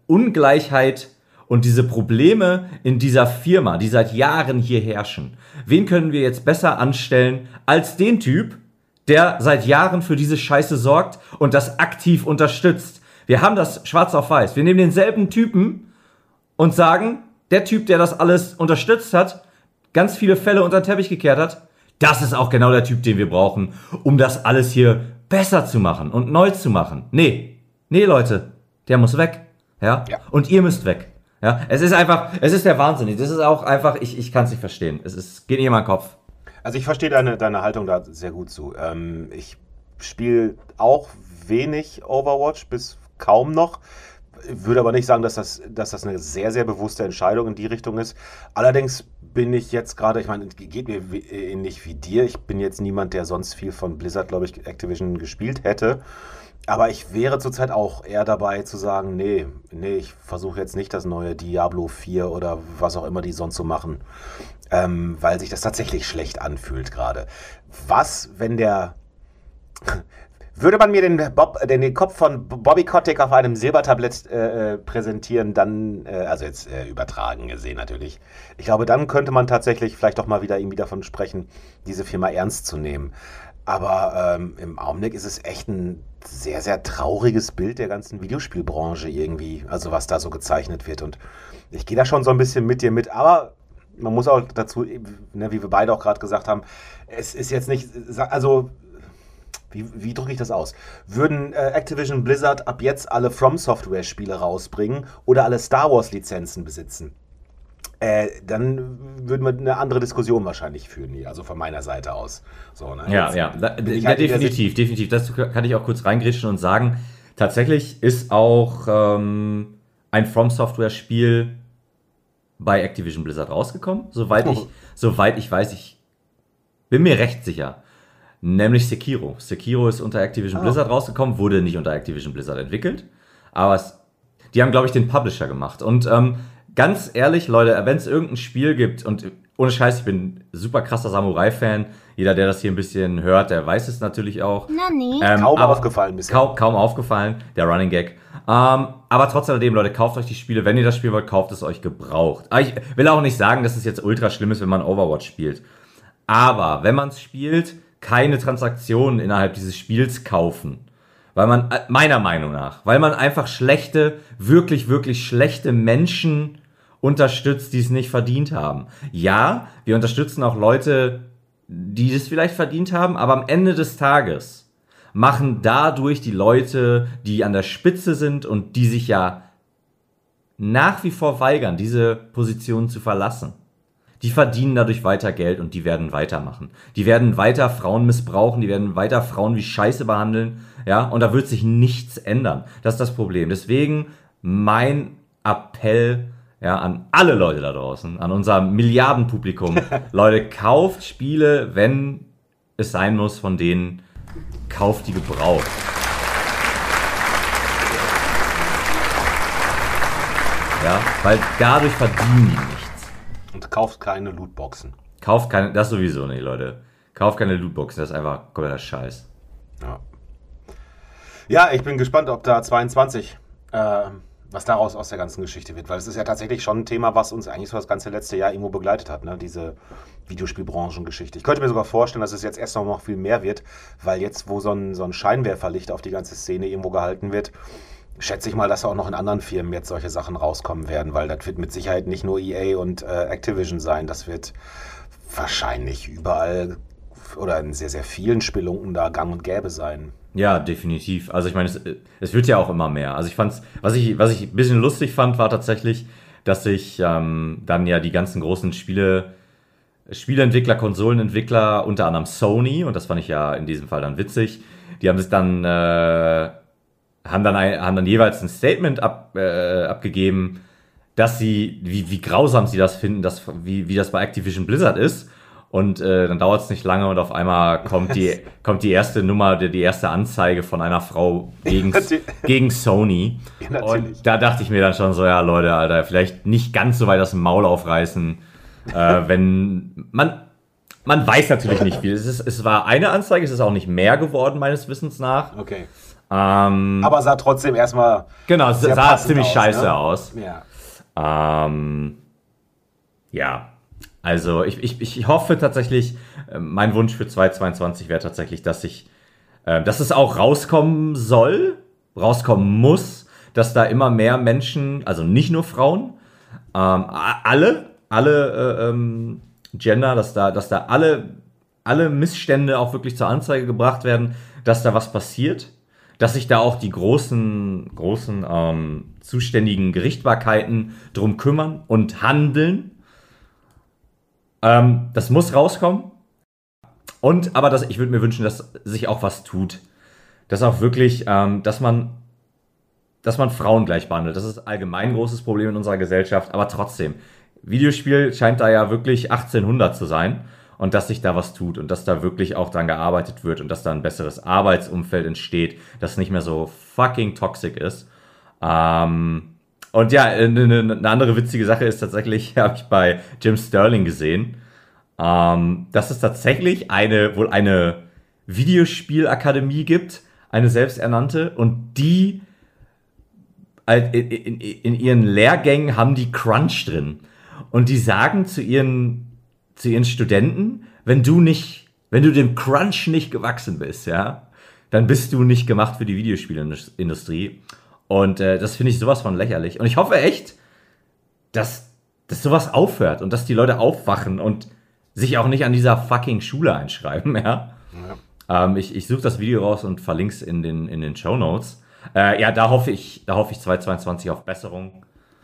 Ungleichheit und diese Probleme in dieser Firma, die seit Jahren hier herrschen. Wen können wir jetzt besser anstellen als den Typ, der seit Jahren für diese Scheiße sorgt und das aktiv unterstützt? Wir haben das schwarz auf weiß. Wir nehmen denselben Typen und sagen, der Typ, der das alles unterstützt hat, ganz viele Fälle unter den Teppich gekehrt hat, das ist auch genau der Typ, den wir brauchen, um das alles hier besser zu machen und neu zu machen. Nee, nee, Leute, der muss weg. Ja? Ja. Und ihr müsst weg. Ja? Es ist einfach, es ist der Wahnsinn. Das ist auch einfach, ich, ich kann es nicht verstehen. Es ist, geht nicht in meinen Kopf. Also ich verstehe deine, deine Haltung da sehr gut zu. Ähm, ich spiele auch wenig Overwatch, bis kaum noch. Würde aber nicht sagen, dass das, dass das eine sehr, sehr bewusste Entscheidung in die Richtung ist. Allerdings bin ich jetzt gerade, ich meine, es geht mir wie, ähnlich wie dir. Ich bin jetzt niemand, der sonst viel von Blizzard, glaube ich, Activision gespielt hätte. Aber ich wäre zurzeit auch eher dabei zu sagen, nee, nee, ich versuche jetzt nicht das neue Diablo vier oder was auch immer die sonst so machen. Ähm, weil sich das tatsächlich schlecht anfühlt gerade. Was, wenn der... Würde man mir den, Bob, den, den Kopf von Bobby Kotick auf einem Silbertablett äh, präsentieren, dann, äh, also jetzt äh, übertragen gesehen natürlich, ich glaube, dann könnte man tatsächlich vielleicht doch mal wieder irgendwie davon sprechen, diese Firma ernst zu nehmen. Aber ähm, im Augenblick ist es echt ein sehr, sehr trauriges Bild der ganzen Videospielbranche irgendwie, also was da so gezeichnet wird. Und ich gehe da schon so ein bisschen mit dir mit, aber man muss auch dazu, ne, wie wir beide auch gerade gesagt haben, es ist jetzt nicht, also... Wie, wie drücke ich das aus? Würden äh, Activision Blizzard ab jetzt alle From Software Spiele rausbringen oder alle Star Wars Lizenzen besitzen? Äh, dann würden wir eine andere Diskussion wahrscheinlich führen hier, also von meiner Seite aus. So, ne? Ja, Jetzt ja, da, bin ich ja halt wieder definitiv, definitiv. Das kann ich auch kurz reingrätschen und sagen, tatsächlich ist auch ähm, ein From Software Spiel bei Activision Blizzard rausgekommen, soweit ich, soweit ich weiß, ich bin mir recht sicher. Nämlich Sekiro. Sekiro ist unter Activision Ah. Blizzard rausgekommen, wurde nicht unter Activision Blizzard entwickelt, aber es, die haben, glaube ich, den Publisher gemacht. Und ähm, ganz ehrlich, Leute, wenn es irgendein Spiel gibt, und ohne Scheiß, ich bin super krasser Samurai-Fan, jeder, der das hier ein bisschen hört, der weiß es natürlich auch. Nani? Ähm, kaum aber- aufgefallen bisher. Kaum, kaum aufgefallen, der Running Gag. Ähm, aber trotz alledem, Leute, kauft euch die Spiele. Wenn ihr das Spiel wollt, kauft es euch gebraucht. Aber ich will auch nicht sagen, dass es jetzt ultra schlimm ist, wenn man Overwatch spielt. Aber wenn man es spielt, keine Transaktionen innerhalb dieses Spiels kaufen. Weil man, äh, meiner Meinung nach, weil man einfach schlechte, wirklich, wirklich schlechte Menschen unterstützt, die es nicht verdient haben. Ja, wir unterstützen auch Leute, die es vielleicht verdient haben, aber am Ende des Tages machen dadurch die Leute, die an der Spitze sind und die sich ja nach wie vor weigern, diese Position zu verlassen. Die verdienen dadurch weiter Geld und die werden weitermachen. Die werden weiter Frauen missbrauchen, die werden weiter Frauen wie Scheiße behandeln, ja, und da wird sich nichts ändern. Das ist das Problem. Deswegen mein Appell, ja, an alle Leute da draußen, an unser Milliardenpublikum. Leute, kauft Spiele, wenn es sein muss, von denen kauft die gebraucht. Ja, weil dadurch verdienen die nichts. Und kauft keine Lootboxen. Kauft keine, das sowieso nicht, Leute. Kauft keine Lootboxen, das ist einfach kompletter Scheiß. Ja. Ja, ich bin gespannt, ob da zweiundzwanzig, äh, was daraus aus der ganzen Geschichte wird, weil es ist ja tatsächlich schon ein Thema, was uns eigentlich so das ganze letzte Jahr irgendwo begleitet hat, ne? Diese Videospielbranchengeschichte. Ich könnte mir sogar vorstellen, dass es jetzt erst noch viel mehr wird, weil jetzt, wo so ein, so ein Scheinwerferlicht auf die ganze Szene irgendwo gehalten wird, schätze ich mal, dass auch noch in anderen Firmen jetzt solche Sachen rauskommen werden, weil das wird mit Sicherheit nicht nur E A und äh, Activision sein, das wird wahrscheinlich überall oder in sehr, sehr vielen Spelunken da gang und gäbe sein. Ja, definitiv. Also ich meine, es, es wird ja auch immer mehr. Also ich fand's, was ich, was ich ein bisschen lustig fand, war tatsächlich, dass sich ähm, dann ja die ganzen großen Spiele, Spieleentwickler, Konsolenentwickler, unter anderem Sony, und das fand ich ja in diesem Fall dann witzig, die haben sich dann, äh, haben dann, ein, haben dann jeweils ein Statement ab, äh, abgegeben, dass sie, wie, wie grausam sie das finden, dass, wie, wie das bei Activision Blizzard ist. Und äh, dann dauert es nicht lange und auf einmal kommt die, kommt die erste Nummer, die, die erste Anzeige von einer Frau gegen, gegen Sony. Ja, natürlich. Und da dachte ich mir dann schon so, ja Leute, Alter, vielleicht nicht ganz so weit das Maul aufreißen, äh, wenn man, man weiß natürlich nicht viel. Es ist, es war eine Anzeige, es ist auch nicht mehr geworden, meines Wissens nach. Okay. Ähm, Aber sah trotzdem erstmal. genau, sehr sah passend ziemlich aus, scheiße ne? aus. Ja. Ähm, ja, also ich, ich, ich hoffe tatsächlich, äh, mein Wunsch für zwanzig zweiundzwanzig wäre tatsächlich, dass ich, äh, dass es auch rauskommen soll, rauskommen muss, dass da immer mehr Menschen, also nicht nur Frauen, ähm, a- alle, alle äh, ähm, Gender, dass da, dass da alle, alle Missstände auch wirklich zur Anzeige gebracht werden, dass da was passiert, dass sich da auch die großen, großen ähm, zuständigen Gerichtbarkeiten drum kümmern und handeln. Ähm, das muss rauskommen. Und aber das, ich würde mir wünschen, dass sich auch was tut. Dass auch wirklich, ähm, dass man, dass man Frauen gleich behandelt. Das ist allgemein ein großes Problem in unserer Gesellschaft. Aber trotzdem, Videospiel scheint da ja wirklich achtzehnhundert zu sein. Und dass sich da was tut und dass da wirklich auch dran gearbeitet wird und dass da ein besseres Arbeitsumfeld entsteht, das nicht mehr so fucking toxic ist. Ähm, und ja, eine, eine andere witzige Sache ist tatsächlich, habe ich bei Jim Sterling gesehen, ähm, dass es tatsächlich eine, wohl eine Videospielakademie gibt, eine selbsternannte, und die halt in, in, in ihren Lehrgängen haben die Crunch drin. Und die sagen zu ihren zu ihren Studenten, wenn du nicht, wenn du dem Crunch nicht gewachsen bist, ja, dann bist du nicht gemacht für die Videospielindustrie. Und äh, das finde ich sowas von lächerlich. Und ich hoffe echt, dass, dass sowas aufhört und dass die Leute aufwachen und sich auch nicht an dieser fucking Schule einschreiben, ja. ja. Ähm, ich ich suche das Video raus und verlinke es in den, in den Shownotes. Äh, ja, da hoffe ich, da hoffe ich zwanzig zweiundzwanzig auf Besserung.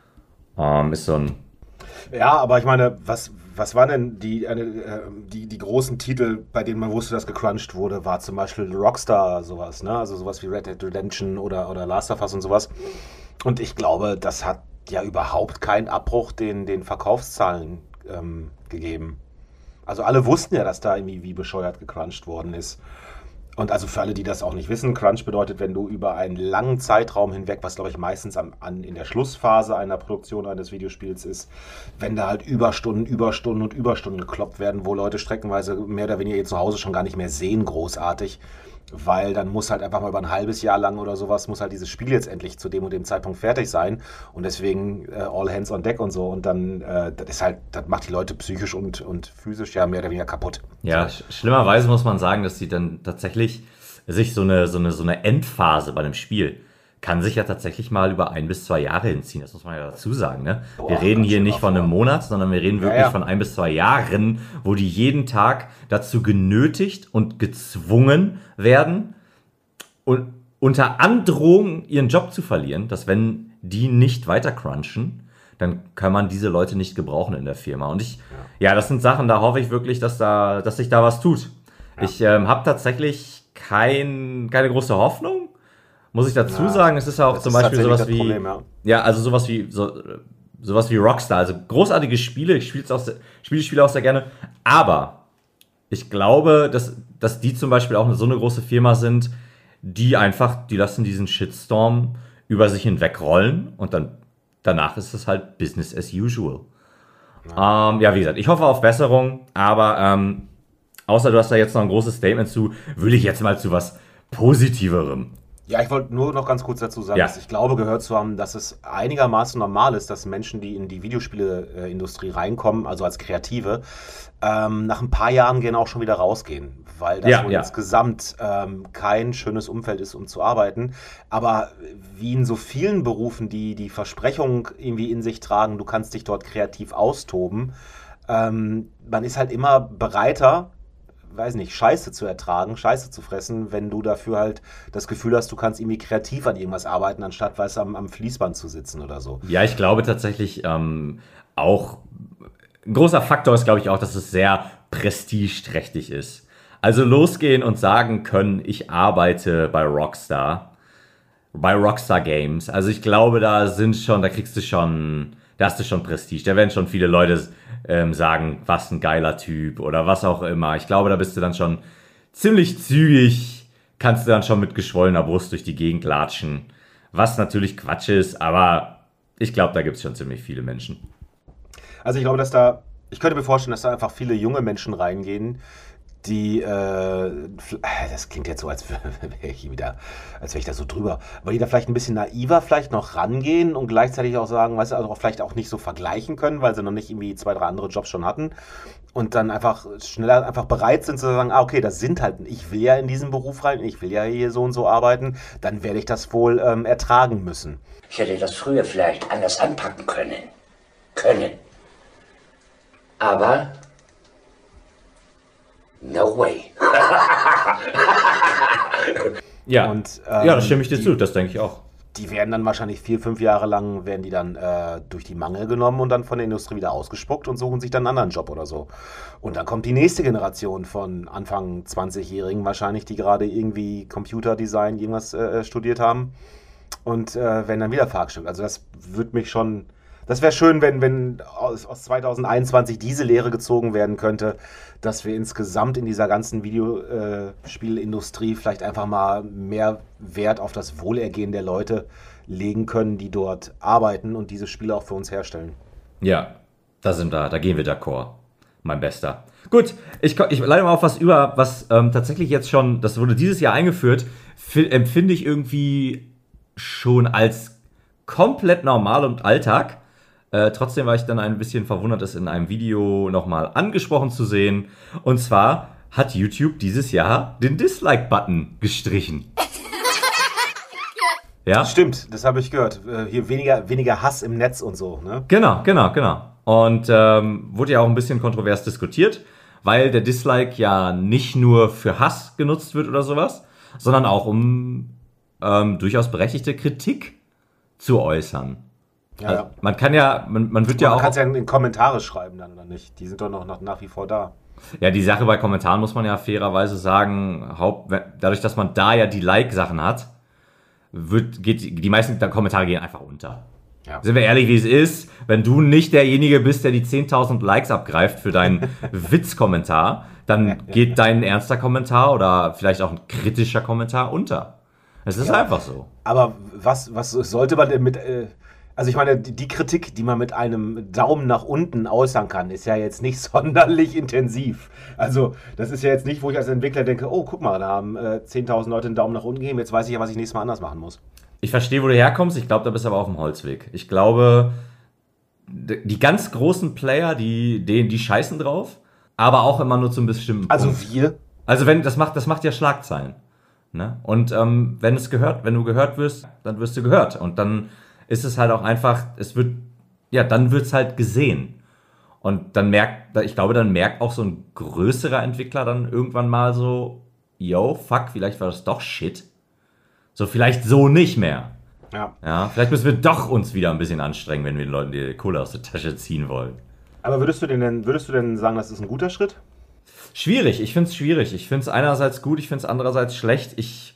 Ähm, ist so ein Ja, aber ich meine, was, was waren denn die, eine, äh, die, die großen Titel, bei denen man wusste, dass gecrunched wurde, war zum Beispiel Rockstar, sowas, ne? Also sowas wie Red Dead Redemption oder, oder Last of Us und sowas. Und ich glaube, das hat ja überhaupt keinen Abbruch den, den Verkaufszahlen ähm, gegeben. Also alle wussten ja, dass da irgendwie wie bescheuert gecrunched worden ist. Und also für alle, die das auch nicht wissen, Crunch bedeutet, wenn du über einen langen Zeitraum hinweg, was glaube ich meistens am, an, in der Schlussphase einer Produktion eines Videospiels ist, wenn da halt Überstunden, Überstunden und Überstunden gekloppt werden, wo Leute streckenweise mehr oder weniger ihr Zuhause schon gar nicht mehr sehen, großartig, weil dann muss halt einfach mal über ein halbes Jahr lang oder sowas, muss halt dieses Spiel jetzt endlich zu dem und dem Zeitpunkt fertig sein und deswegen äh, all hands on deck und so und dann, äh, das ist halt, das macht die Leute psychisch und, und physisch ja mehr oder weniger kaputt. Ja, so. sch- schlimmerweise muss man sagen, dass sie dann tatsächlich sich so eine, so eine, so eine Endphase bei einem Spiel kann sich ja tatsächlich mal über ein bis zwei Jahre hinziehen. Das muss man ja dazu sagen, ne? Boah, wir reden hier stell dir nicht mal von einem vor. Monat, sondern wir reden Ja, wirklich ja. von ein bis zwei Jahren, wo die jeden Tag dazu genötigt und gezwungen werden, und unter Androhung ihren Job zu verlieren, dass wenn die nicht weiter crunchen, dann kann man diese Leute nicht gebrauchen in der Firma. Und ich, ja, ja das sind Sachen, da hoffe ich wirklich, dass da, dass sich da was tut. Ja. Ich ähm, habe tatsächlich kein, keine große Hoffnung, muss ich dazu Ja, sagen. Es ist ja auch das zum ist Beispiel tatsächlich sowas das wie, Problem, ja. ja, also sowas wie, so, sowas wie Rockstar, also großartige Spiele, ich spiele auch, sehr- spiele die Spiele auch sehr gerne, aber ich glaube, dass, dass die zum Beispiel auch so eine große Firma sind, die einfach, die lassen diesen Shitstorm über sich hinwegrollen und dann danach ist es halt Business as usual. Ja, ähm, ja wie gesagt, ich hoffe auf Besserung, aber ähm, außer du hast da jetzt noch ein großes Statement zu, will ich jetzt mal zu was Positiverem. Ja, ich wollte nur noch ganz kurz dazu sagen, Ja. dass ich glaube, gehört zu haben, dass es einigermaßen normal ist, dass Menschen, die in die Videospieleindustrie reinkommen, also als Kreative, ähm, nach ein paar Jahren gerne auch schon wieder rausgehen, weil das Ja, wohl ja. insgesamt ähm, kein schönes Umfeld ist, um zu arbeiten. Aber wie in so vielen Berufen, die die Versprechung irgendwie in sich tragen, du kannst dich dort kreativ austoben, ähm, man ist halt immer bereiter, weiß nicht, Scheiße zu ertragen, Scheiße zu fressen, wenn du dafür halt das Gefühl hast, du kannst irgendwie kreativ an irgendwas arbeiten, anstatt, weißt du, am, am Fließband zu sitzen oder so. Ja, ich glaube tatsächlich ähm, auch, ein großer Faktor ist, glaube ich, auch, dass es sehr prestigeträchtig ist. Also losgehen und sagen können, ich arbeite bei Rockstar, bei Rockstar Games. Also ich glaube, da sind schon, da kriegst du schon, da hast du schon Prestige. Da werden schon viele Leute ähm, sagen, was ein geiler Typ oder was auch immer. Ich glaube, da bist du dann schon ziemlich zügig, kannst du dann schon mit geschwollener Brust durch die Gegend latschen. Was natürlich Quatsch ist, aber ich glaube, da gibt es schon ziemlich viele Menschen. Also ich glaube, dass da, ich könnte mir vorstellen, dass da einfach viele junge Menschen reingehen, die, äh, das klingt jetzt so, als wäre ich wieder, als wäre ich da so drüber, weil die da vielleicht ein bisschen naiver vielleicht noch rangehen und gleichzeitig auch sagen, weißt du, also auch vielleicht auch nicht so vergleichen können, weil sie noch nicht irgendwie zwei, drei andere Jobs schon hatten und dann einfach schneller einfach bereit sind zu sagen, ah, okay, das sind halt, ich will ja in diesen Beruf rein, ich will ja hier so und so arbeiten, dann werde ich das wohl ähm, ertragen müssen. Ich hätte das früher vielleicht anders anpacken können. Können. Aber no way. Ja, Und, ähm, ja, das stimme ich dir die- zu, das denke ich auch. Die werden dann wahrscheinlich vier, fünf Jahre lang, werden die dann äh, durch die Mangel genommen und dann von der Industrie wieder ausgespuckt und suchen sich dann einen anderen Job oder so. Und dann kommt die nächste Generation von Anfang zwanzig-Jährigen wahrscheinlich, die gerade irgendwie Computerdesign, irgendwas äh, studiert haben und äh, werden dann wieder verhackstückt. Also das würde mich schon, das wäre schön, wenn, wenn aus, aus zwanzig einundzwanzig diese Lehre gezogen werden könnte, dass wir insgesamt in dieser ganzen Videospielindustrie vielleicht einfach mal mehr Wert auf das Wohlergehen der Leute legen können, die dort arbeiten und diese Spiele auch für uns herstellen. Ja, da sind wir, da gehen wir d'accord. Mein Bester. Gut, ich, ko- ich leite mal auf was über, was ähm, tatsächlich jetzt schon, das wurde dieses Jahr eingeführt, fi- empfinde ich irgendwie schon als komplett normal und Alltag. Äh, trotzdem war ich dann ein bisschen verwundert, es in einem Video nochmal angesprochen zu sehen. Und zwar hat YouTube dieses Jahr den Dislike-Button gestrichen. Ja? Stimmt, das habe ich gehört. Äh, Hier weniger, weniger Hass im Netz und so, ne? Genau, genau, genau. Und ähm, wurde ja auch ein bisschen kontrovers diskutiert, weil der Dislike ja nicht nur für Hass genutzt wird oder sowas, sondern auch um ähm, durchaus berechtigte Kritik zu äußern. Ja, Also, ja. man kann ja, man, man wird ja Man auch... kann es ja in, in Kommentare schreiben dann, oder nicht? Die sind doch noch, noch nach wie vor da. Ja, die Sache bei Kommentaren muss man ja fairerweise sagen, Haupt, dadurch, dass man da ja die Like-Sachen hat, wird, geht, die meisten der Kommentare gehen einfach unter. Ja. Sind wir ehrlich, wie es ist, wenn du nicht derjenige bist, der die zehntausend Likes abgreift für deinen Witzkommentar, dann geht dein ernster Kommentar oder vielleicht auch ein kritischer Kommentar unter. Es ist einfach so. Aber was, was sollte man denn mit... Äh, also ich meine, die, die Kritik, die man mit einem Daumen nach unten äußern kann, ist ja jetzt nicht sonderlich intensiv. Also das ist ja jetzt nicht, wo ich als Entwickler denke, oh, guck mal, da haben äh, zehntausend Leute einen Daumen nach unten gegeben, jetzt weiß ich ja, was ich nächstes Mal anders machen muss. Ich verstehe, wo du herkommst. Ich glaube, da bist du aber auf dem Holzweg. Ich glaube, d- die ganz großen Player, die, die, die scheißen drauf, aber auch immer nur zu einem bestimmten Also Punkt. wir... Also wenn das macht, das macht ja Schlagzeilen. Ne? Und ähm, wenn es gehört, wenn du gehört wirst, dann wirst du gehört. Und dann ist es halt auch einfach, es wird, ja, dann wird es halt gesehen. Und dann merkt, ich glaube, dann merkt auch so ein größerer Entwickler dann irgendwann mal so, yo, fuck, vielleicht war das doch Shit. So, vielleicht so nicht mehr. Ja. Ja, vielleicht müssen wir doch uns wieder ein bisschen anstrengen, wenn wir den Leuten die Kohle aus der Tasche ziehen wollen. Aber würdest du denn, würdest du denn sagen, das ist ein guter Schritt? Schwierig, ich finde es schwierig. Ich finde es einerseits gut, ich finde es andererseits schlecht. Ich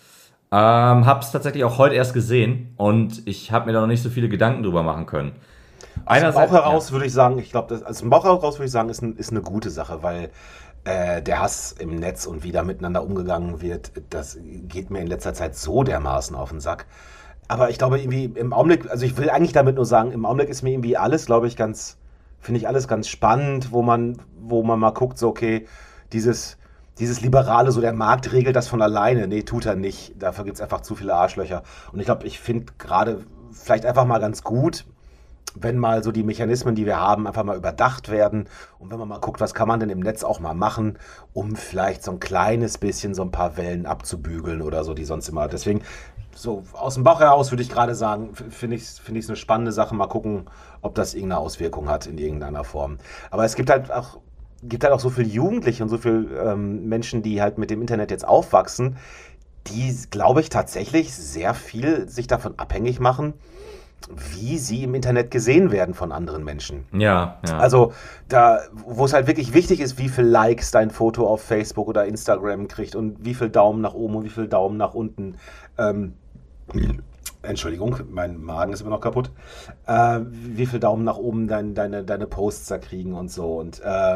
ähm, habe es tatsächlich auch heute erst gesehen und ich habe mir da noch nicht so viele Gedanken drüber machen können. Aus dem Bauch heraus ja. würde ich sagen, ich glaube, aus dem Bauch heraus würde ich sagen, ist, ein, ist eine gute Sache, weil äh, der Hass im Netz und wie da miteinander umgegangen wird, das geht mir in letzter Zeit so dermaßen auf den Sack. Aber ich glaube irgendwie im Augenblick, also ich will eigentlich damit nur sagen, im Augenblick ist mir irgendwie alles, glaube ich, ganz, finde ich alles ganz spannend, wo man, wo man mal guckt, so okay, dieses, dieses Liberale, so der Markt regelt das von alleine. Nee, tut er nicht. Dafür gibt es einfach zu viele Arschlöcher. Und ich glaube, ich finde gerade vielleicht einfach mal ganz gut, wenn mal so die Mechanismen, die wir haben, einfach mal überdacht werden und wenn man mal guckt, was kann man denn im Netz auch mal machen, um vielleicht so ein kleines bisschen so ein paar Wellen abzubügeln oder so, die sonst immer. Deswegen, so aus dem Bauch heraus würde ich gerade sagen, f- finde ich es find ich's eine spannende Sache, mal gucken, ob das irgendeine Auswirkung hat in irgendeiner Form. Aber es gibt halt auch, gibt halt auch so viele Jugendliche und so viele ähm, Menschen, die halt mit dem Internet jetzt aufwachsen, die, glaube ich, tatsächlich sehr viel sich davon abhängig machen, wie sie im Internet gesehen werden von anderen Menschen. Ja, ja. Also da, wo es halt wirklich wichtig ist, wie viele Likes dein Foto auf Facebook oder Instagram kriegt und wie viel Daumen nach oben und wie viel Daumen nach unten. Ähm, Entschuldigung, mein Magen ist immer noch kaputt. Äh, wie viel Daumen nach oben dein, deine, deine Posts da kriegen und so. Und äh,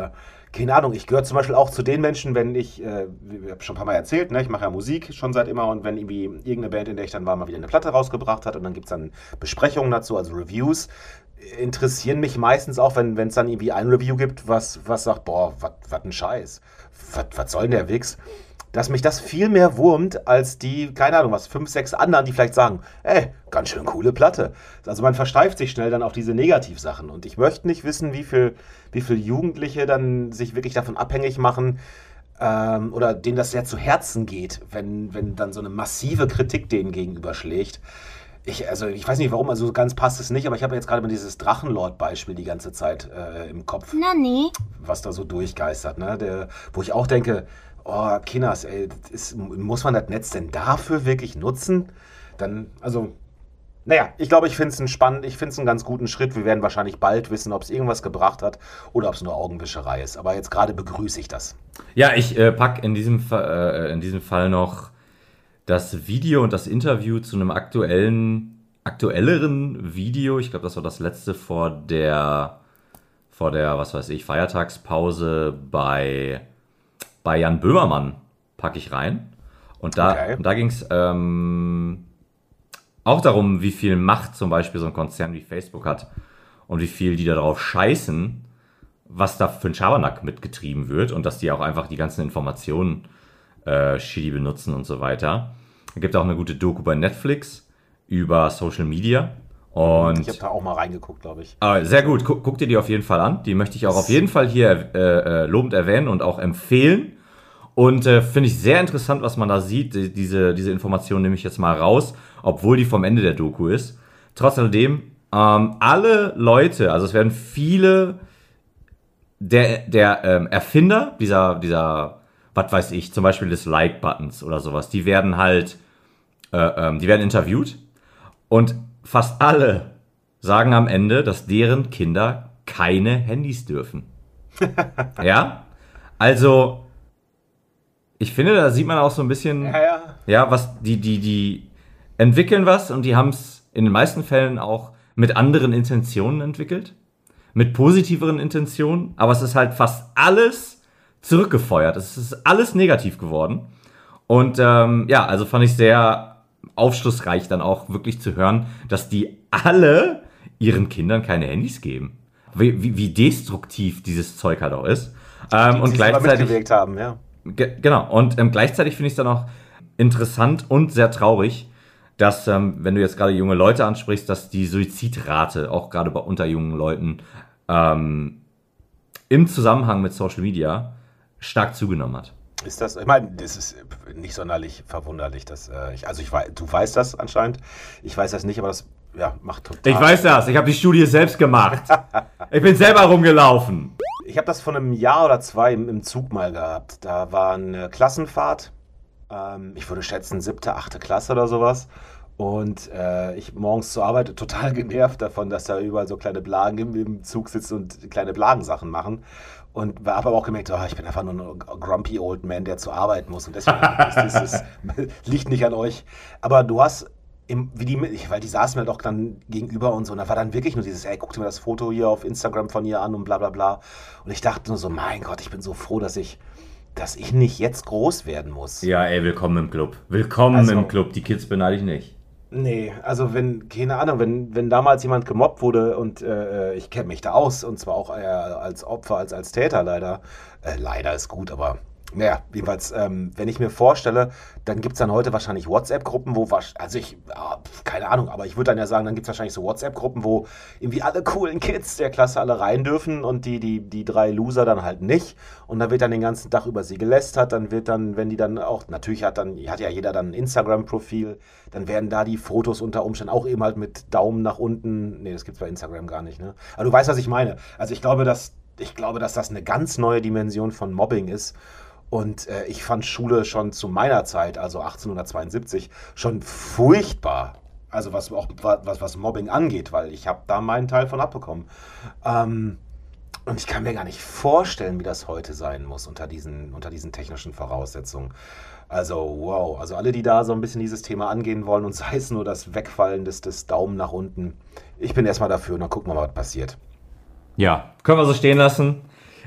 keine Ahnung, ich gehöre zum Beispiel auch zu den Menschen, wenn ich, äh, ich habe schon ein paar Mal erzählt, ne, ich mache ja Musik schon seit immer und wenn irgendwie irgendeine Band, in der ich dann war, mal wieder eine Platte rausgebracht hat und dann gibt es dann Besprechungen dazu, also Reviews, interessieren mich meistens auch, wenn es dann irgendwie ein Review gibt, was, was sagt, boah, was ein Scheiß, was soll denn der Wix? Dass mich das viel mehr wurmt als die, keine Ahnung was, fünf, sechs anderen, die vielleicht sagen, ey, ganz schön coole Platte. Also man versteift sich schnell dann auf diese Negativsachen und ich möchte nicht wissen, wie viel, wie viel Jugendliche dann sich wirklich davon abhängig machen ähm, oder denen das sehr zu Herzen geht, wenn, wenn dann so eine massive Kritik denen gegenüberschlägt. Ich, also ich weiß nicht warum, also ganz passt es nicht, aber ich habe jetzt gerade mal dieses Drachenlord-Beispiel die ganze Zeit äh, im Kopf, Nani? was da so durchgeistert, ne? Der, wo ich auch denke, oh, Kinders, ey, das ist, muss man das Netz denn dafür wirklich nutzen? Dann, also, naja, ich glaube, ich finde es einen spannend, ich finde es einen ganz guten Schritt. Wir werden wahrscheinlich bald wissen, ob es irgendwas gebracht hat oder ob es nur Augenwischerei ist. Aber jetzt gerade begrüße ich das. Ja, ich äh, pack in diesem, äh, in diesem Fall noch das Video und das Interview zu einem aktuellen, aktuelleren Video. Ich glaube, das war das letzte vor der, vor der, was weiß ich, Feiertagspause bei bei Jan Böhmermann, packe ich rein. Und da, Okay. und da ging es ähm, auch darum, wie viel Macht zum Beispiel so ein Konzern wie Facebook hat und wie viel die da drauf scheißen, was da für ein Schabernack mitgetrieben wird und dass die auch einfach die ganzen Informationen äh, shitty benutzen und so weiter. Es gibt auch eine gute Doku bei Netflix über Social Media. Und Ich habe da auch mal reingeguckt, glaube ich. Ah, sehr gut, guck, guck dir die auf jeden Fall an. Die möchte ich auch auf jeden Fall hier äh, äh, lobend erwähnen und auch empfehlen. Und äh, finde ich sehr interessant, was man da sieht. Die, diese, diese Information nehme ich jetzt mal raus, obwohl die vom Ende der Doku ist. Trotz alledem, ähm, alle Leute, also es werden viele der, der ähm, Erfinder dieser, dieser, was weiß ich, zum Beispiel des Like-Buttons oder sowas, die werden halt, äh, ähm, die werden interviewt und fast alle sagen am Ende, dass deren Kinder keine Handys dürfen. Ja? Also, ich finde, da sieht man auch so ein bisschen, Ja, ja. ja, was die, die, die entwickeln was und die haben es in den meisten Fällen auch mit anderen Intentionen entwickelt. Mit positiveren Intentionen, aber es ist halt fast alles zurückgefeuert. Es ist alles negativ geworden. Und ähm, ja, also fand ich sehr aufschlussreich dann auch wirklich zu hören, dass die alle ihren Kindern keine Handys geben. Wie, wie, wie destruktiv dieses Zeug halt auch ist. Ähm, Die und sich selber gleichzeitig mitgewirkt haben, ja. Ge- genau, und ähm, gleichzeitig finde ich es dann auch interessant und sehr traurig, dass, ähm, wenn du jetzt gerade junge Leute ansprichst, dass die Suizidrate auch gerade bei unter jungen Leuten ähm, im Zusammenhang mit Social Media stark zugenommen hat. Ist das, ich meine, das ist nicht sonderlich verwunderlich, dass äh, ich, also ich weiß, du weißt das anscheinend, ich weiß das nicht, aber das ja, macht total. Ich weiß das, ich habe die Studie selbst gemacht. Ich bin selber rumgelaufen. Ich habe das vor einem Jahr oder zwei im, im Zug mal gehabt. Da war eine Klassenfahrt, ähm, ich würde schätzen siebte, achte Klasse oder sowas. Und äh, ich morgens zur Arbeit total genervt davon, dass da überall so kleine Blagen im, im Zug sitzen und kleine Blagensachen machen. Und habe aber auch gemerkt, oh, ich bin einfach nur ein grumpy old man, der zur Arbeit muss. Und deswegen ist es liegt nicht an euch. Aber du hast, im, wie die, weil die saßen mir doch dann gegenüber und so. Und da war dann wirklich nur dieses, ey, guck dir mal das Foto hier auf Instagram von ihr an und bla bla bla. Und ich dachte nur so, mein Gott, ich bin so froh, dass ich, dass ich nicht jetzt groß werden muss. Ja, ey, willkommen im Club. Willkommen Also- im Club. Die Kids beneide ich nicht. Nee, also wenn, keine Ahnung, wenn, wenn damals jemand gemobbt wurde und äh, ich kenne mich da aus, und zwar auch eher als Opfer als als Täter leider, äh, leider ist gut, aber naja, jedenfalls, ähm, wenn ich mir vorstelle, dann gibt es dann heute wahrscheinlich WhatsApp-Gruppen, wo, wasch- also ich, ah, pf, keine Ahnung, aber ich würde dann ja sagen, dann gibt es wahrscheinlich so WhatsApp-Gruppen, wo irgendwie alle coolen Kids der Klasse alle rein dürfen und die, die, die drei Loser dann halt nicht. Und da wird dann den ganzen Tag über sie gelästert, dann wird dann, wenn die dann auch, natürlich hat dann, hat ja jeder dann ein Instagram-Profil, dann werden da die Fotos unter Umständen auch eben halt mit Daumen nach unten, nee, das gibt's bei Instagram gar nicht, ne? Aber du weißt, was ich meine. Also ich glaube, dass, ich glaube, dass das eine ganz neue Dimension von Mobbing ist. Und äh, ich fand Schule schon zu meiner Zeit, also achtzehnhundertzweiundsiebzig, schon furchtbar. Also was auch was, was Mobbing angeht, weil ich habe da meinen Teil von abbekommen. Ähm, und ich kann mir gar nicht vorstellen, wie das heute sein muss unter diesen, unter diesen technischen Voraussetzungen. Also wow, also alle, die da so ein bisschen dieses Thema angehen wollen und sei es nur das Wegfallen des, des Daumen nach unten. Ich bin erstmal dafür und dann gucken wir mal, was passiert. Ja, können wir so stehen lassen.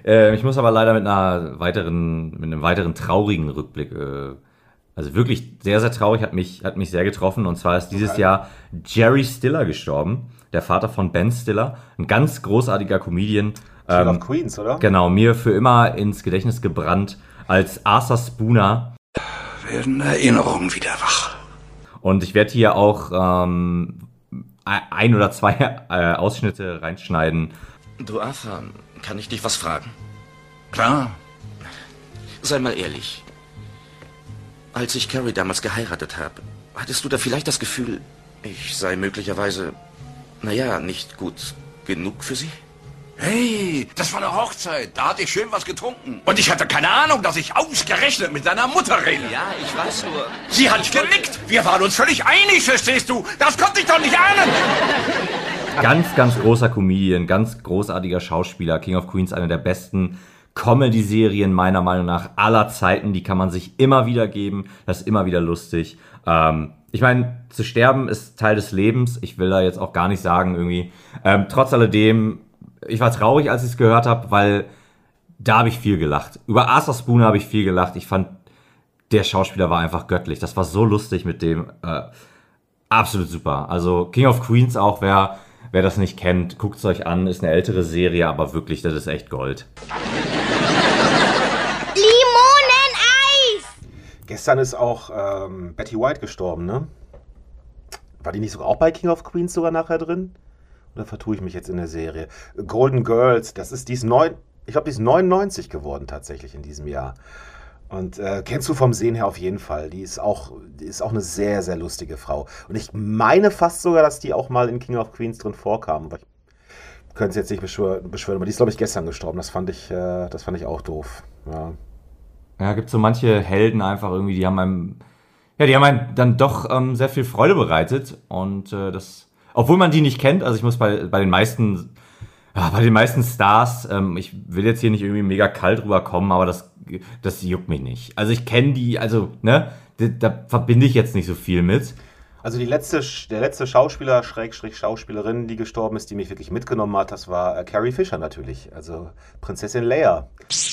Äh, ich muss aber leider mit einer weiteren, mit einem weiteren traurigen Rückblick, äh, also wirklich sehr, sehr traurig, hat mich, hat mich sehr getroffen. Und zwar ist dieses okay. Jahr Jerry Stiller gestorben, der Vater von Ben Stiller, ein ganz großartiger Comedian. King ähm, of Queens, oder? Genau, mir für immer ins Gedächtnis gebrannt als Arthur Spooner. Werden Erinnerungen wieder wach. Und ich werde hier auch ähm, ein oder zwei äh, Ausschnitte reinschneiden. Du Arthur, kann ich dich was fragen? Klar. Sei mal ehrlich. Als ich Carrie damals geheiratet habe, hattest du da vielleicht das Gefühl, ich sei möglicherweise, naja, nicht gut genug für sie? Hey, das war eine Hochzeit. Da hatte ich schön was getrunken. Und ich hatte keine Ahnung, dass ich ausgerechnet mit deiner Mutter rede. Ja, ich weiß nur. Sie hat genickt. Wir waren uns völlig einig, verstehst du? Das konnte ich doch nicht ahnen. Ganz, ganz großer Comedian, ganz großartiger Schauspieler. King of Queens, eine der besten Comedy-Serien meiner Meinung nach aller Zeiten. Die kann man sich immer wieder geben. Das ist immer wieder lustig. Ähm, ich meine, zu sterben ist Teil des Lebens. Ich will da jetzt auch gar nicht sagen irgendwie. Ähm, trotz alledem, ich war traurig, als ich es gehört habe, weil da habe ich viel gelacht. Über Arthur Spooner habe ich viel gelacht. Ich fand, der Schauspieler war einfach göttlich. Das war so lustig mit dem. Äh, absolut super. Also King of Queens auch, wer, wer das nicht kennt, guckt es euch an. Ist eine ältere Serie, aber wirklich, das ist echt Gold. Limoneneis! Gestern ist auch ähm, Betty White gestorben, ne? War die nicht sogar auch bei King of Queens sogar nachher drin? Oder vertue ich mich jetzt in der Serie? Golden Girls, das ist, die ist neun, ich glaube, die ist neunundneunzig geworden tatsächlich in diesem Jahr. Und äh, kennst du vom Sehen her auf jeden Fall. Die ist auch, die ist auch eine sehr, sehr lustige Frau. Und ich meine fast sogar, dass die auch mal in King of Queens drin vorkam. Aber ich könnte es jetzt nicht beschwören, beschwören. Aber die ist, glaube ich, gestern gestorben. Das fand ich, äh, das fand ich auch doof. Ja, ja, gibt so manche Helden einfach irgendwie, die haben einem, ja, die haben einem dann doch ähm, sehr viel Freude bereitet. Und äh, das... Obwohl man die nicht kennt, also ich muss bei, bei den meisten, ja, bei den meisten Stars, ähm, ich will jetzt hier nicht irgendwie mega kalt rüberkommen, aber das, das juckt mich nicht. Also ich kenne die, also, ne, da, da verbinde ich jetzt nicht so viel mit. Also die letzte, der letzte Schauspieler, Schrägstrich Schauspielerin, die gestorben ist, die mich wirklich mitgenommen hat, das war äh, Carrie Fisher natürlich, also Prinzessin Leia.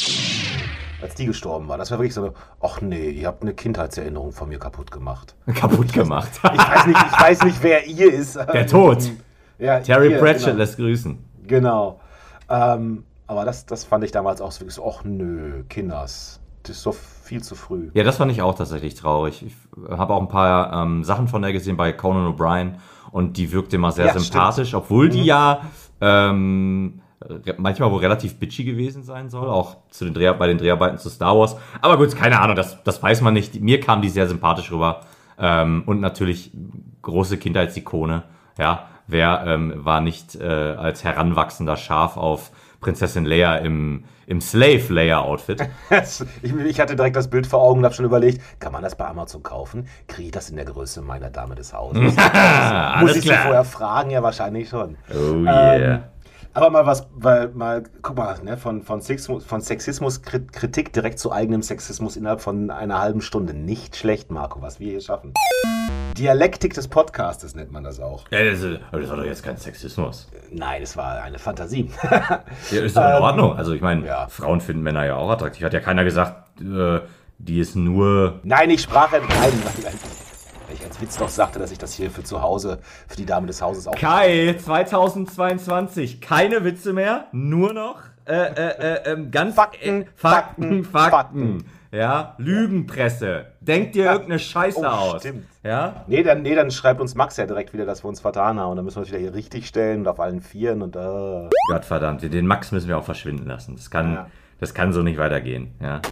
Als die gestorben war. Das war wirklich so, ach nee, ihr habt eine Kindheitserinnerung von mir kaputt gemacht. Kaputt gemacht. Ich weiß nicht, ich weiß nicht, wer ihr ist. Der Tod. Ja, Terry ihr, Pratchett genau. lässt grüßen. Genau. Ähm, aber das, das fand ich damals auch so wirklich so, ach nö, Kinders. Das ist so viel zu früh. Ja, das fand ich auch tatsächlich traurig. Ich habe auch ein paar ähm, Sachen von der gesehen bei Conan O'Brien und die wirkte immer sehr Ja, sympathisch, stimmt. obwohl die Mhm. ja ähm, manchmal wohl relativ bitchy gewesen sein soll, auch zu den Dreh- bei den Dreharbeiten zu Star Wars. Aber gut, keine Ahnung, das, das weiß man nicht. Mir kam die sehr sympathisch rüber. Ähm, und natürlich große Kindheitsikone. Ja, wer ähm, war nicht äh, als heranwachsender Schaf auf Prinzessin Leia im, im Slave-Leia-Outfit? ich, ich hatte direkt das Bild vor Augen und habe schon überlegt, kann man das bei Amazon kaufen? Kriege ich das in der Größe meiner Dame des Hauses? Muss Alles ich sie klar. vorher fragen? Ja, wahrscheinlich schon. Oh yeah. Ähm, aber mal was, weil mal, guck mal, ne, von, von, Sexismus, von Sexismus-Kritik direkt zu eigenem Sexismus innerhalb von einer halben Stunde. Nicht schlecht, Marco, was wir hier schaffen. Dialektik des Podcastes nennt man das auch. Ja, das, ist- aber das war doch jetzt kein Sexismus. Nein, es war eine Fantasie. Ja, ist doch in Ordnung. Also ich meine, ja. Frauen finden Männer ja auch attraktiv. Hat ja keiner gesagt, äh, die ist nur... Nein, ich sprach ja, nein, nein, nein. Weil ich als Witz noch sagte, dass ich das hier für zu Hause, für die Dame des Hauses auch... Kai, zweitausendzweiundzwanzig, keine Witze mehr, nur noch äh, äh, äh, ähm, ganz Fakten, äh, Fakten, Fakten, Fakten, Fakten. Ja, Lügenpresse. Denkt dir irgendeine Scheiße Oh, aus. stimmt. Ja? Nee dann, nee, dann schreibt uns Max ja direkt wieder, dass wir uns vertan haben. Und dann müssen wir uns wieder hier richtig stellen und auf allen Vieren und äh. Gottverdammt, den Max müssen wir auch verschwinden lassen. Das kann, Ja. das kann so nicht weitergehen. Ja.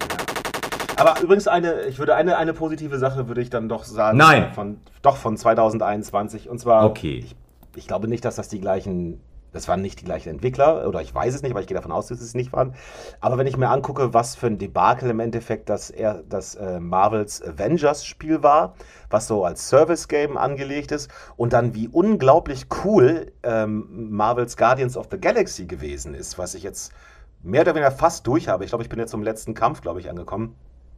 Aber übrigens eine, ich würde eine, eine positive Sache würde ich dann doch sagen. Nein. Von, doch von zweitausendeinundzwanzig. Und zwar, Okay. ich, ich glaube nicht, dass das die gleichen, das waren nicht die gleichen Entwickler, oder ich weiß es nicht, aber ich gehe davon aus, dass es nicht waren. Aber wenn ich mir angucke, was für ein Debakel im Endeffekt das, er, das äh, Marvels Avengers-Spiel war, was so als Service-Game angelegt ist, und dann wie unglaublich cool ähm, Marvels Guardians of the Galaxy gewesen ist, was ich jetzt mehr oder weniger fast durch habe. Ich glaube, ich bin jetzt zum letzten Kampf, glaube ich, angekommen.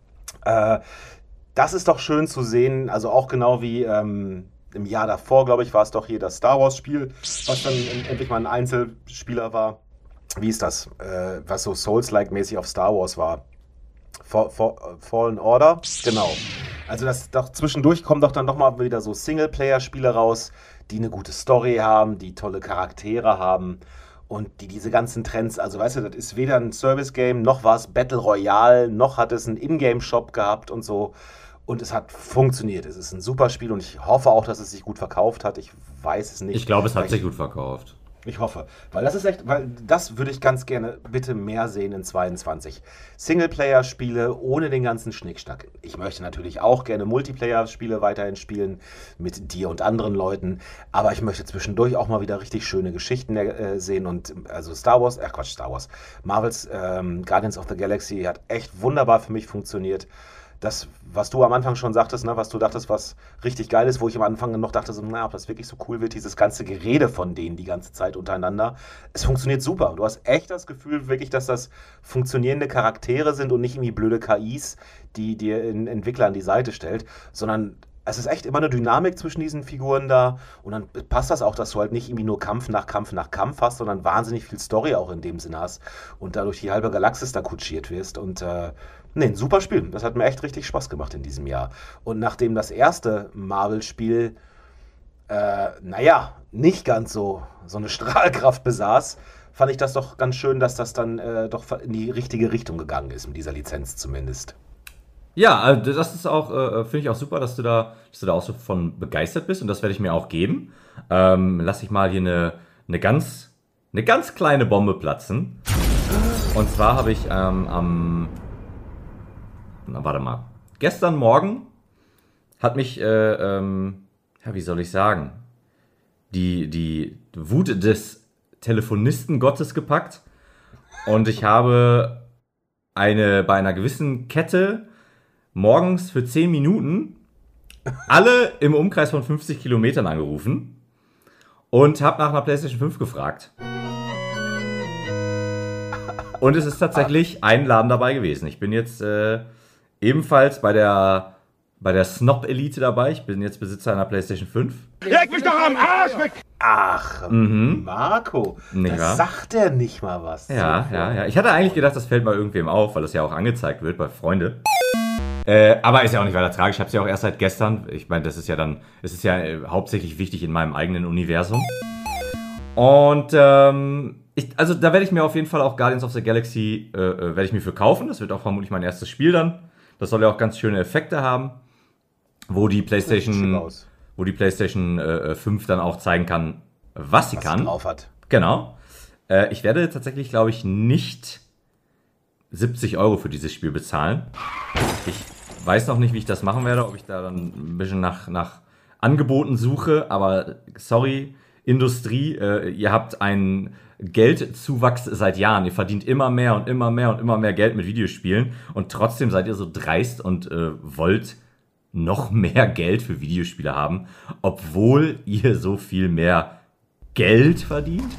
Äh, das ist doch schön zu sehen, also auch genau wie ähm, im Jahr davor, glaube ich, war es doch hier das Star Wars Spiel, was dann endlich mal ein Einzelspieler war. wie ist das, äh, was so Souls-like-mäßig auf Star Wars war. For, for, Fallen Order, genau. Also das doch zwischendurch kommen doch dann doch mal wieder so Singleplayer-Spiele raus, die eine gute Story haben, die tolle Charaktere haben und die diese ganzen Trends, also weißt du, das ist weder ein Service-Game, noch war es Battle Royale, noch hat es einen Ingame-Shop gehabt und so. Und es hat funktioniert. Es ist ein super Spiel und ich hoffe auch, dass es sich gut verkauft hat. Ich weiß es nicht. Ich glaube, es hat sich gut verkauft. Ich hoffe, weil das ist echt, weil das würde ich ganz gerne bitte mehr sehen in zweiundzwanzig. Singleplayer-Spiele ohne den ganzen Schnickschnack. Ich möchte natürlich auch gerne Multiplayer-Spiele weiterhin spielen mit dir und anderen Leuten, aber ich möchte zwischendurch auch mal wieder richtig schöne Geschichten äh, sehen und also Star Wars, äh Quatsch, Star Wars, Marvels ähm, Guardians of the Galaxy hat echt wunderbar für mich funktioniert. Das, was du am Anfang schon sagtest, ne, was du dachtest, was richtig geil ist, wo ich am Anfang noch dachte, so, na, ob das wirklich so cool wird, dieses ganze Gerede von denen die ganze Zeit untereinander. Es funktioniert super. Du hast echt das Gefühl, wirklich, dass das funktionierende Charaktere sind und nicht irgendwie blöde K Is, die dir ein Entwickler an die Seite stellt, sondern es ist echt immer eine Dynamik zwischen diesen Figuren da und dann passt das auch, dass du halt nicht irgendwie nur Kampf nach Kampf nach Kampf hast, sondern wahnsinnig viel Story auch in dem Sinne hast und dadurch die halbe Galaxis da kutschiert wirst und äh, nee, ein super Spiel. Das hat mir echt richtig Spaß gemacht in diesem Jahr. Und nachdem das erste Marvel-Spiel, äh, naja, nicht ganz so, so eine Strahlkraft besaß, fand ich das doch ganz schön, dass das dann äh, doch in die richtige Richtung gegangen ist, mit dieser Lizenz zumindest. Ja, also das ist auch, äh, finde ich auch super, dass du da, dass du da auch so von begeistert bist und das werde ich mir auch geben. Ähm, lass ich mal hier eine, eine ganz, eine ganz kleine Bombe platzen. Und zwar habe ich ähm, am Na, warte mal. Gestern Morgen hat mich, äh, ähm, ja, wie soll ich sagen, die, die Wut des Telefonisten Gottes gepackt und ich habe eine, bei einer gewissen Kette morgens für zehn Minuten alle im Umkreis von fünfzig Kilometern angerufen und habe nach einer PlayStation fünf gefragt. Und es ist tatsächlich ein Laden dabei gewesen. Ich bin jetzt äh, ebenfalls bei der, bei der Snob-Elite dabei. Ich bin jetzt Besitzer einer PlayStation fünf. Leg mich doch am Arsch weg! Ach, Mhm. Marco, Nicht das wahr? sagt er nicht mal was. Ja, ja, ja. Ich hatte eigentlich gedacht, das fällt mal irgendwem auf, weil das ja auch angezeigt wird bei Freunde. Äh, aber ist ja auch nicht weiter tragisch. Ich habe es ja auch erst seit gestern. Ich meine, das ist ja dann, es ist ja äh, hauptsächlich wichtig in meinem eigenen Universum. Und ähm, ich, also da werde ich mir auf jeden Fall auch Guardians of the Galaxy äh, äh, werde ich mir für kaufen. Das wird auch vermutlich mein erstes Spiel dann. Das soll ja auch ganz schöne Effekte haben, wo die PlayStation, wo die PlayStation äh, fünf dann auch zeigen kann, was sie was kann. sie drauf hat. Genau. Äh, ich werde tatsächlich, glaube ich, nicht siebzig Euro für dieses Spiel bezahlen. Ich weiß noch nicht, wie ich das machen werde, ob ich da dann ein bisschen nach, nach Angeboten suche, aber sorry, Industrie, äh, ihr habt einen Geldzuwachs seit Jahren. Ihr verdient immer mehr und immer mehr und immer mehr Geld mit Videospielen und trotzdem seid ihr so dreist und äh, wollt noch mehr Geld für Videospiele haben, obwohl ihr so viel mehr Geld verdient?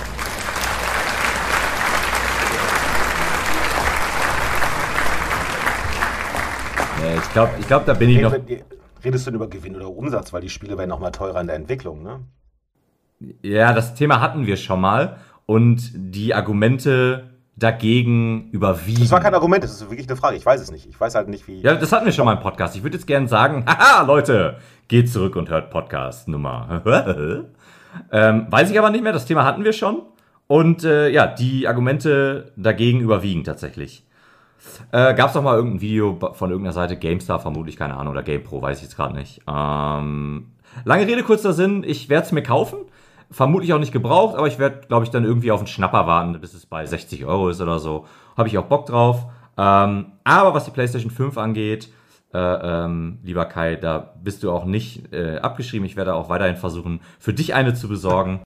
Nee, ich glaube, ich glaub, da bin ich noch... Redest du denn über Gewinn oder Umsatz, weil die Spiele werden noch mal teurer in der Entwicklung, ne? Ja, das Thema hatten wir schon mal und die Argumente dagegen überwiegen. Das war kein Argument, das ist wirklich eine Frage. Ich weiß es nicht. Ich weiß halt nicht, wie... Ja, das hatten wir schon mal im Podcast. Ich würde jetzt gerne sagen, haha, Leute, geht zurück und hört Podcast Nummer. ähm, weiß ich aber nicht mehr, das Thema hatten wir schon. Und äh, ja, die Argumente dagegen überwiegen tatsächlich. Äh, Gab es doch mal irgendein Video von irgendeiner Seite, GameStar vermutlich, keine Ahnung, oder GamePro, weiß ich jetzt gerade nicht. Ähm, lange Rede, kurzer Sinn, ich werde es mir kaufen. Vermutlich auch nicht gebraucht, aber ich werde, glaube ich, dann irgendwie auf einen Schnapper warten, bis es bei sechzig Euro ist oder so. Habe ich auch Bock drauf. Ähm, aber was die PlayStation fünf angeht, äh, ähm, lieber Kai, da bist du auch nicht äh, abgeschrieben. Ich werde auch weiterhin versuchen, für dich eine zu besorgen.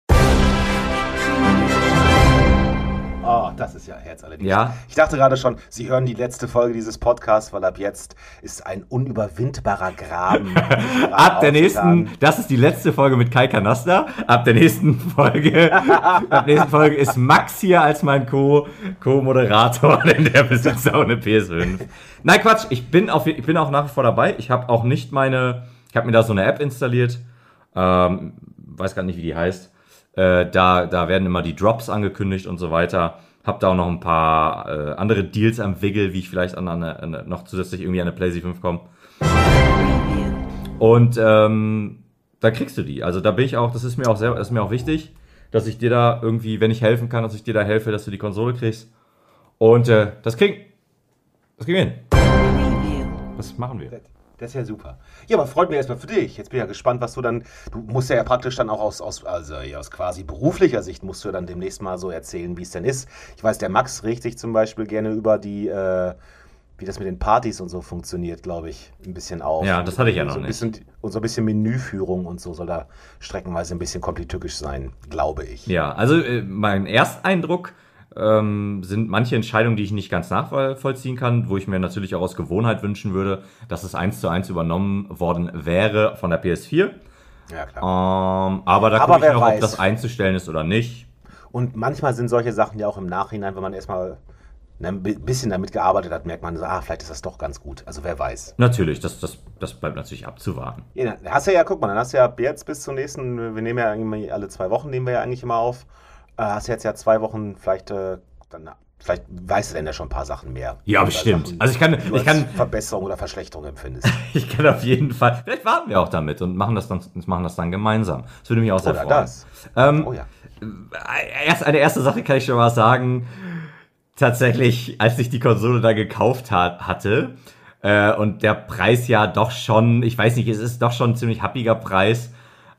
Oh, das ist ja herzallerliebst. Ja. Ich dachte gerade schon, Sie hören die letzte Folge dieses Podcasts, weil ab jetzt ist ein unüberwindbarer Graben. Ab der nächsten, das ist die letzte Folge mit Kai Kanasta. Ab der nächsten Folge, ab der nächsten Folge ist Max hier als mein Co, Co-Moderator, denn der besitzt auch eine P S fünf. Nein, Quatsch, ich bin, auf, ich bin auch nach wie vor dabei. Ich habe auch nicht meine, ich habe mir da so eine App installiert, ähm, weiß gar nicht, wie die heißt. Äh, da, da werden immer die Drops angekündigt und so weiter. Hab da auch noch ein paar äh, andere Deals am Wiggle, wie ich vielleicht an eine, an eine, noch zusätzlich irgendwie an eine PlayStation fünf komme. Und ähm, da kriegst du die. Also da bin ich auch, das ist mir auch sehr, ist mir auch wichtig, dass ich dir da irgendwie, wenn ich helfen kann, dass ich dir da helfe, dass du die Konsole kriegst. Und äh, das kriegen, das kriegen wir hin. Das machen wir. Das ist ja super. Ja, aber freut mich erstmal für dich. Jetzt bin ich ja gespannt, was du dann, du musst ja, ja praktisch dann auch aus, aus, also ja, aus quasi beruflicher Sicht musst du ja dann demnächst mal so erzählen, wie es denn ist. Ich weiß, der Max regt sich zum Beispiel gerne über die, äh, wie das mit den Partys und so funktioniert, glaube ich, ein bisschen auf. Ja, das hatte ich ja noch so ein bisschen, nicht. Und so ein bisschen Menüführung und so soll da streckenweise ein bisschen kompliziertück sein, glaube ich. Ja, also äh, mein Ersteindruck ähm, sind manche Entscheidungen, die ich nicht ganz nachvollziehen kann, wo ich mir natürlich auch aus Gewohnheit wünschen würde, dass es eins zu eins übernommen worden wäre von der P S vier. Ja, klar. Ähm, aber da Aber gucke ich wer noch, weiß. ob das einzustellen ist oder nicht. Und manchmal sind solche Sachen ja auch im Nachhinein, wenn man erstmal ein bisschen damit gearbeitet hat, merkt man so, ah, vielleicht ist das doch ganz gut. Also wer weiß. Natürlich, das, das, das bleibt natürlich abzuwarten. Ja, dann hast du ja, guck mal, dann hast du ja ab jetzt bis zum nächsten, wir nehmen ja eigentlich alle zwei Wochen, nehmen wir ja eigentlich immer auf, äh, hast jetzt ja zwei Wochen, vielleicht, äh, dann, vielleicht weißt du denn ja schon ein paar Sachen mehr. Ja, Oder bestimmt. Sachen, Also ich kann, die du ich kann, als Verbesserung oder Verschlechterung empfindest. ich kann auf jeden Fall, vielleicht warten wir auch damit und machen das dann, machen das dann gemeinsam. Das würde mich auch sehr Oder freuen. das. Ähm, Oh ja. Erst eine erste Sache kann ich schon mal sagen. Tatsächlich, als ich die Konsole da gekauft hat, hatte äh, und der Preis ja doch schon, ich weiß nicht, es ist doch schon ein ziemlich happiger Preis.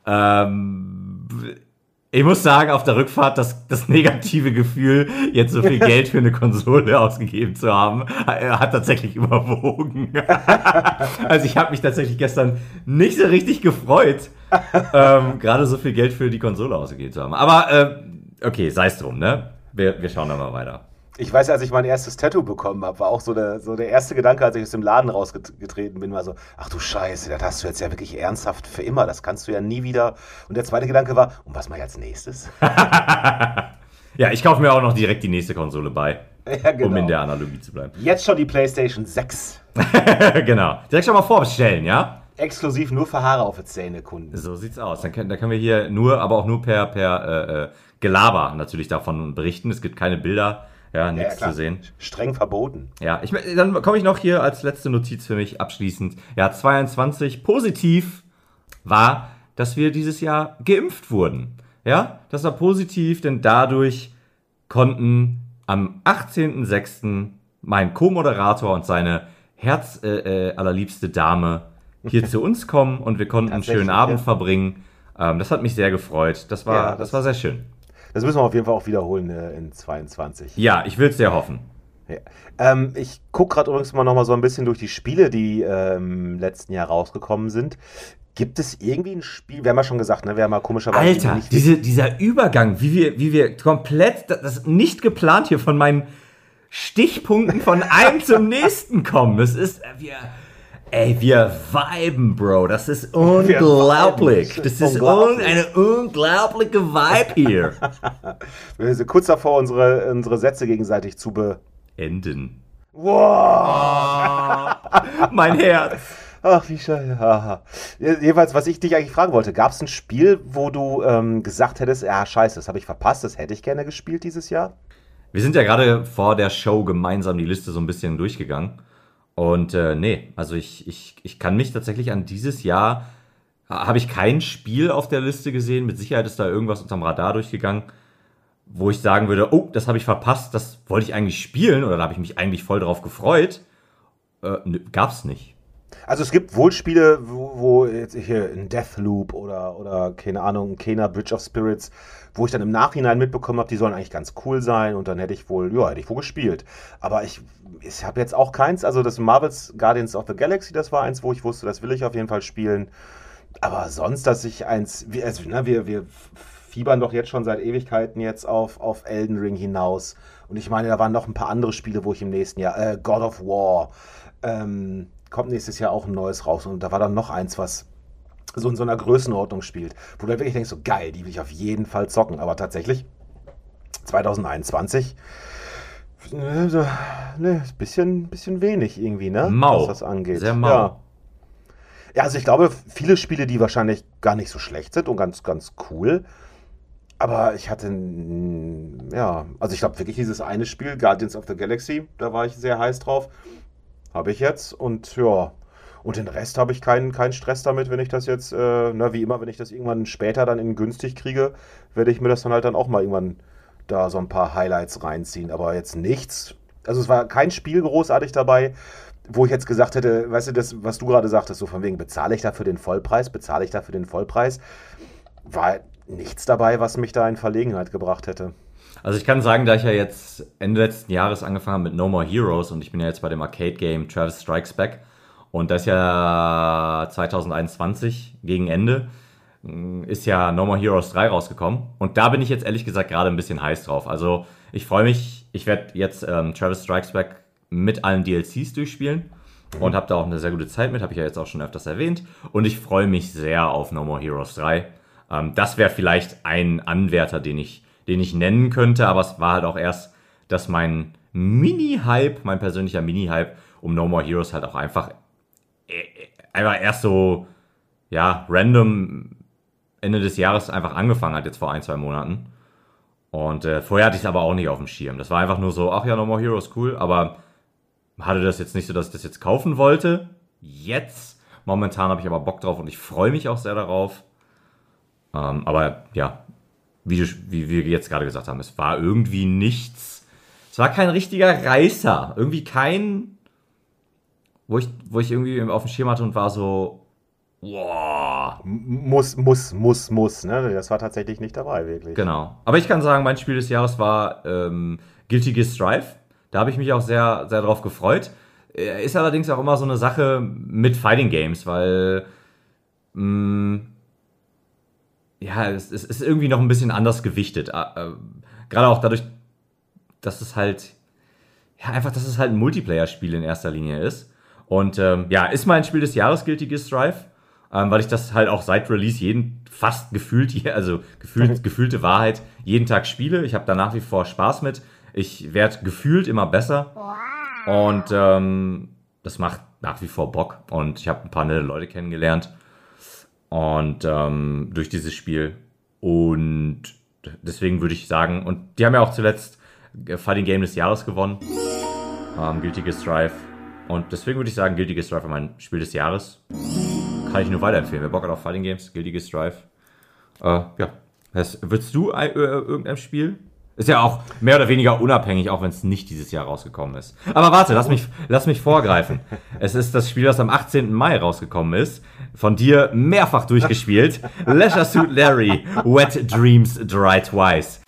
Ähm, ich muss sagen, auf der Rückfahrt, das, das negative Gefühl, jetzt so viel Geld für eine Konsole ausgegeben zu haben, hat tatsächlich überwogen. Also ich habe mich tatsächlich gestern nicht so richtig gefreut, ähm, gerade so viel Geld für die Konsole ausgegeben zu haben. Aber äh, okay, sei es drum, ne? Wir, wir schauen dann mal weiter. Ich weiß, als ich mein erstes Tattoo bekommen habe, war auch so der, so der erste Gedanke, als ich aus dem Laden rausgetreten bin, war so, ach du Scheiße, das hast du jetzt ja wirklich ernsthaft für immer, das kannst du ja nie wieder. Und der zweite Gedanke war, und was mache ich als nächstes? Ja, ich kaufe mir auch noch direkt die nächste Konsole bei, Ja, genau. um in der Analogie zu bleiben. Jetzt schon die PlayStation sechs. Genau. Direkt schon mal vorbestellen, ja? Exklusiv nur für Haare auf die Zähne Kunden. So sieht's aus. Dann können, dann können wir hier nur, aber auch nur per, per äh, äh, Gelaber natürlich davon berichten. Es gibt keine Bilder, ja, nichts klar. zu sehen. Streng verboten. Ja, ich, dann komme ich noch hier als letzte Notiz für mich abschließend. Ja, zweiundzwanzig positiv war, dass wir dieses Jahr geimpft wurden. Ja, das war positiv, denn dadurch konnten am achtzehnten sechsten mein Co-Moderator und seine herz äh, äh, allerliebste Dame hier zu uns kommen und wir konnten einen schönen Abend ja. verbringen. Ähm, das hat mich sehr gefreut. Das war, Ja, das, das- war sehr schön. Das müssen wir auf jeden Fall auch wiederholen äh, in zweiundzwanzig. Ja, ich will es sehr hoffen. Ja. Ähm, ich gucke gerade übrigens mal noch mal so ein bisschen durch die Spiele, die ähm, im letzten Jahr rausgekommen sind. Gibt es irgendwie ein Spiel, wir haben ja schon gesagt, ne, wir haben ja komischerweise Alter, nicht diese, dieser Übergang, wie wir, wie wir komplett, das ist nicht geplant hier von meinen Stichpunkten von einem zum nächsten kommen. Es ist, wir, ey, wir viben, Bro. Das ist unglaublich. viben. Das ist un Unglaublich. eine unglaubliche Vibe hier. Wir sind kurz davor, unsere, unsere Sätze gegenseitig zu be... Enden. Wow! Mein Herz. Ach, wie schön. Haha. Jedenfalls, was ich dich eigentlich fragen wollte, gab es ein Spiel, wo du ähm, gesagt hättest, ja, scheiße, das habe ich verpasst, das hätte ich gerne gespielt dieses Jahr? Wir sind ja gerade vor der Show gemeinsam die Liste so ein bisschen durchgegangen. Und äh, nee, also ich, ich, ich kann mich tatsächlich an dieses Jahr, habe ich kein Spiel auf der Liste gesehen. Mit Sicherheit ist da irgendwas unterm Radar durchgegangen, wo ich sagen würde, oh, das habe ich verpasst, das wollte ich eigentlich spielen oder da habe ich mich eigentlich voll drauf gefreut. Äh, nö, gab's nicht. Also es gibt wohl Spiele, wo, wo jetzt hier ein Deathloop oder, oder keine Ahnung, ein Kena Bridge of Spirits, wo ich dann im Nachhinein mitbekommen habe, die sollen eigentlich ganz cool sein und dann hätte ich wohl, ja, hätte ich wohl gespielt. Aber ich, ich habe jetzt auch keins, also das Marvel's Guardians of the Galaxy, das war eins, wo ich wusste, das will ich auf jeden Fall spielen. Aber sonst, dass ich eins, wir, also, ne, wir, wir fiebern doch jetzt schon seit Ewigkeiten jetzt auf, auf Elden Ring hinaus. Und ich meine, da waren noch ein paar andere Spiele, wo ich im nächsten Jahr, äh, God of War, ähm, kommt nächstes Jahr auch ein neues raus. Und da war dann noch eins, was so in so einer Größenordnung spielt. Wo du halt wirklich denkst, so geil, die will ich auf jeden Fall zocken. Aber tatsächlich, zwanzig einundzwanzig, ne, so, ne, ist ein bisschen, bisschen wenig irgendwie, ne? Mau. Was das angeht. Sehr mau. Ja. Ja, also ich glaube, viele Spiele, die wahrscheinlich gar nicht so schlecht sind und ganz, ganz cool, Aber ich hatte, ja, also ich glaube wirklich dieses eine Spiel, Guardians of the Galaxy, da war ich sehr heiß drauf. Habe ich jetzt und ja, und den Rest habe ich keinen, keinen Stress damit, wenn ich das jetzt, äh, na, wie immer, wenn ich das irgendwann später dann in günstig kriege, werde ich mir das dann halt dann auch mal irgendwann da so ein paar Highlights reinziehen. Aber jetzt nichts, also es war kein Spiel großartig dabei, wo ich jetzt gesagt hätte, weißt du, das, was du gerade sagtest, so von wegen, bezahle ich dafür den Vollpreis, bezahle ich dafür den Vollpreis, war nichts dabei, was mich da in Verlegenheit gebracht hätte. Also ich kann sagen, da ich ja jetzt Ende letzten Jahres angefangen habe mit No More Heroes und ich bin ja jetzt bei dem Arcade-Game Travis Strikes Back und das ist ja zwanzig einundzwanzig gegen Ende, ist ja No More Heroes drei rausgekommen und da bin ich jetzt ehrlich gesagt gerade ein bisschen heiß drauf. Also ich freue mich, ich werde jetzt ähm, Travis Strikes Back mit allen D L Cs durchspielen mhm. und habe da auch eine sehr gute Zeit mit, habe ich ja jetzt auch schon öfters erwähnt und ich freue mich sehr auf No More Heroes drei. Ähm, das wäre vielleicht ein Anwärter, den ich den ich nennen könnte, aber es war halt auch erst, dass mein Mini-Hype, mein persönlicher Mini-Hype um No More Heroes halt auch einfach, äh, einfach erst so, ja, random Ende des Jahres einfach angefangen hat, jetzt vor ein, zwei Monaten. Und äh, vorher hatte ich es aber auch nicht auf dem Schirm. Das war einfach nur so, ach ja, No More Heroes, cool, aber hatte das jetzt nicht so, dass ich das jetzt kaufen wollte. Jetzt, momentan habe ich aber Bock drauf und ich freue mich auch sehr darauf. Ähm, aber ja, Wie, wie wir jetzt gerade gesagt haben, es war irgendwie nichts. Es war kein richtiger Reißer. Irgendwie kein, wo ich, wo ich irgendwie auf dem Schirm hatte und war so, wow. Muss, muss, muss, muss. Ne? Das war tatsächlich nicht dabei, wirklich. Genau. Aber ich kann sagen, mein Spiel des Jahres war ähm, Guilty Gear Strive. Da habe ich mich auch sehr, sehr drauf gefreut. Ist allerdings auch immer so eine Sache mit Fighting Games, weil mh, ja, es, es ist irgendwie noch ein bisschen anders gewichtet. Äh, gerade auch dadurch, dass es halt, ja, einfach, dass es halt ein Multiplayer-Spiel in erster Linie ist. Und ähm, ja, ist mein Spiel des Jahres Guilty Gear Strive, ähm, weil ich das halt auch seit Release jeden, fast gefühlt, also gefühlt, gefühlte Wahrheit, jeden Tag spiele. Ich habe da nach wie vor Spaß mit. Ich werde gefühlt immer besser. Und ähm, das macht nach wie vor Bock. Und ich habe ein paar nette Leute kennengelernt. Und ähm, durch dieses Spiel. Und deswegen würde ich sagen, und die haben ja auch zuletzt Fighting Game des Jahres gewonnen. Ähm, Guilty Gear Strive. Und deswegen würde ich sagen, Guilty Gear Strive war mein Spiel des Jahres. Kann ich nur weiterempfehlen. Wer Bock hat auf Fighting Games, Guilty Gear Strive. Äh, ja. Das, willst du äh, irgendein Spiel? Ist ja auch mehr oder weniger unabhängig, auch wenn es nicht dieses Jahr rausgekommen ist. Aber warte, lass mich, lass mich vorgreifen. Es ist das Spiel, das am achtzehnten Mai rausgekommen ist. Von dir mehrfach durchgespielt. Leisure Suit Larry, Wet Dreams Dry Twice.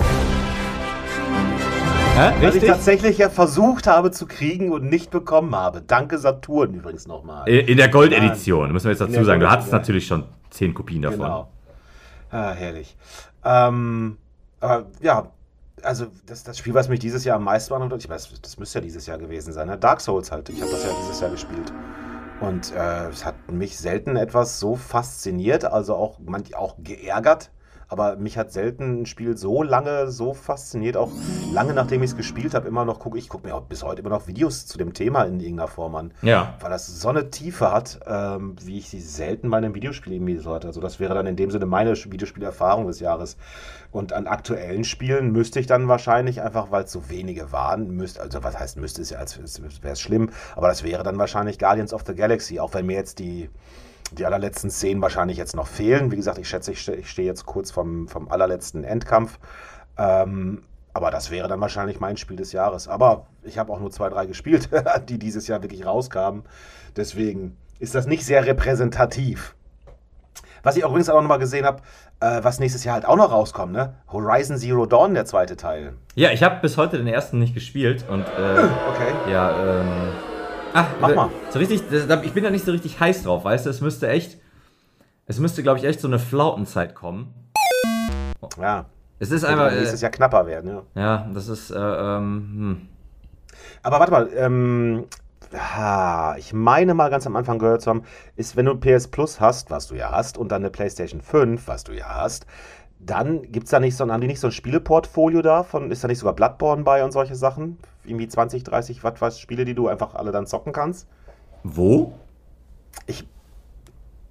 Hä? Was ich tatsächlich ja versucht habe zu kriegen und nicht bekommen habe. Danke Saturn übrigens nochmal. In der Gold-Edition, müssen wir jetzt dazu sagen. Du hattest natürlich schon zehn Kopien davon. Genau. Ah, herrlich. Ähm, aber ja, also das, das Spiel, was mich dieses Jahr am meisten beeindruckt, ich weiß, das müsste ja dieses Jahr gewesen sein, ne? Dark Souls halt. Ich habe das ja dieses Jahr gespielt. Und äh, es hat mich selten etwas so fasziniert, also auch, man, auch geärgert. Aber mich hat selten ein Spiel so lange so fasziniert, auch lange nachdem ich es gespielt habe, immer noch gucke ich gucke mir auch bis heute immer noch Videos zu dem Thema in irgendeiner Form an. Ja. Weil das so eine Tiefe hat, ähm, wie ich sie selten bei einem Videospiel irgendwie so hatte. Also das wäre dann in dem Sinne meine Videospielerfahrung des Jahres. Und an aktuellen Spielen müsste ich dann wahrscheinlich einfach, weil es so wenige waren, müsste, also was heißt müsste es ja, als wäre es schlimm, aber das wäre dann wahrscheinlich Guardians of the Galaxy, auch wenn mir jetzt die Die allerletzten Szenen wahrscheinlich jetzt noch fehlen. Wie gesagt, ich schätze, ich, ste- ich stehe jetzt kurz vom, vom allerletzten Endkampf. Ähm, aber das wäre dann wahrscheinlich mein Spiel des Jahres. Aber ich habe auch nur zwei, drei gespielt, die dieses Jahr wirklich rauskamen. Deswegen ist das nicht sehr repräsentativ. Was ich auch übrigens auch noch mal gesehen habe, äh, was nächstes Jahr halt auch noch rauskommt, ne? Horizon Zero Dawn, der zweite Teil. Ja, ich habe bis heute den ersten nicht gespielt. Und äh, okay. Ja, ähm... Ach, mach mal. So richtig, ich bin da nicht so richtig heiß drauf, weißt du? Es müsste echt, es müsste, glaube ich, echt so eine Flautenzeit kommen. Ja. Es ist einfach. Nächstes Jahr knapper werden, ja. Ja, das ist, äh, ähm, hm. Aber warte mal, ähm, ha, ich meine mal ganz am Anfang gehört zu haben, ist, wenn du P S Plus hast, was du ja hast, und dann eine PlayStation fünf, was du ja hast, dann gibt's da nicht so, haben die nicht so ein Spieleportfolio da? Von, ist da nicht sogar Bloodborne bei und solche Sachen? Irgendwie zwanzig, dreißig, was weiß Spiele, die du einfach alle dann zocken kannst? Wo? Ich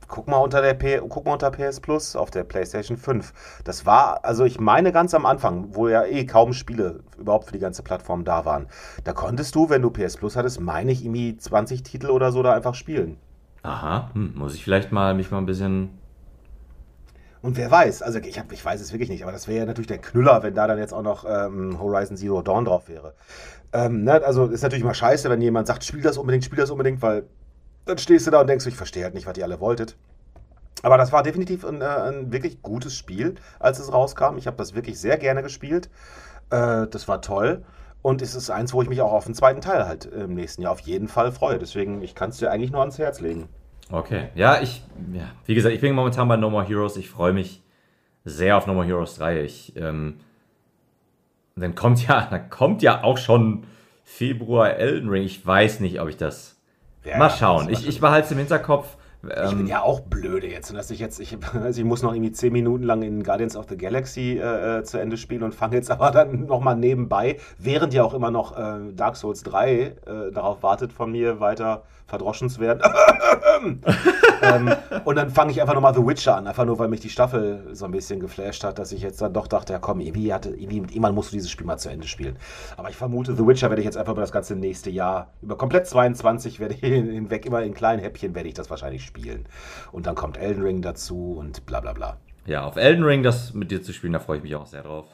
guck mal unter der P, guck mal unter P S Plus auf der PlayStation fünf. Das war, also ich meine ganz am Anfang, wo ja eh kaum Spiele überhaupt für die ganze Plattform da waren. Da konntest du, wenn du P S Plus hattest, meine ich, irgendwie zwanzig Titel oder so da einfach spielen. Aha, hm, muss ich vielleicht mal mich mal ein bisschen... Und wer weiß, also ich, hab, ich weiß es wirklich nicht, aber das wäre ja natürlich der Knüller, wenn da dann jetzt auch noch ähm, Horizon Zero Dawn drauf wäre. Ähm, ne? Also ist natürlich mal scheiße, wenn jemand sagt, spiel das unbedingt, spiel das unbedingt, weil dann stehst du da und denkst, ich verstehe halt nicht, was ihr alle wolltet. Aber das war definitiv ein, äh, ein wirklich gutes Spiel, als es rauskam. Ich habe das wirklich sehr gerne gespielt. Äh, das war toll. Und es ist eins, wo ich mich auch auf den zweiten Teil halt im nächsten Jahr auf jeden Fall freue. Deswegen, ich kann es dir eigentlich nur ans Herz legen. Okay, ja, ich, ja, wie gesagt, ich bin momentan bei No More Heroes. Ich freue mich sehr auf No More Heroes drei. Ich, ähm, dann kommt ja, dann kommt ja auch schon Februar Elden Ring. Ich weiß nicht, ob ich das, ja, mal schauen. Ich, ich behalte es im Hinterkopf. Ich bin ja auch blöde jetzt, dass ich jetzt, ich, also ich muss noch irgendwie zehn Minuten lang in Guardians of the Galaxy äh, zu Ende spielen und fange jetzt aber dann nochmal nebenbei, während ja auch immer noch äh, Dark Souls drei äh, darauf wartet, von mir weiter verdroschen zu werden. ähm, und dann fange ich einfach nochmal The Witcher an, einfach nur, weil mich die Staffel so ein bisschen geflasht hat, dass ich jetzt dann doch dachte, ja komm, irgendwie, hatte, irgendwie mit jemandem musst du dieses Spiel mal zu Ende spielen. Aber ich vermute, The Witcher werde ich jetzt einfach über das ganze nächste Jahr, über komplett zweiundzwanzig werde ich hinweg, immer in kleinen Häppchen werde ich das wahrscheinlich spielen. Und dann kommt Elden Ring dazu und bla bla bla. Ja, auf Elden Ring das mit dir zu spielen, da freue ich mich auch sehr drauf.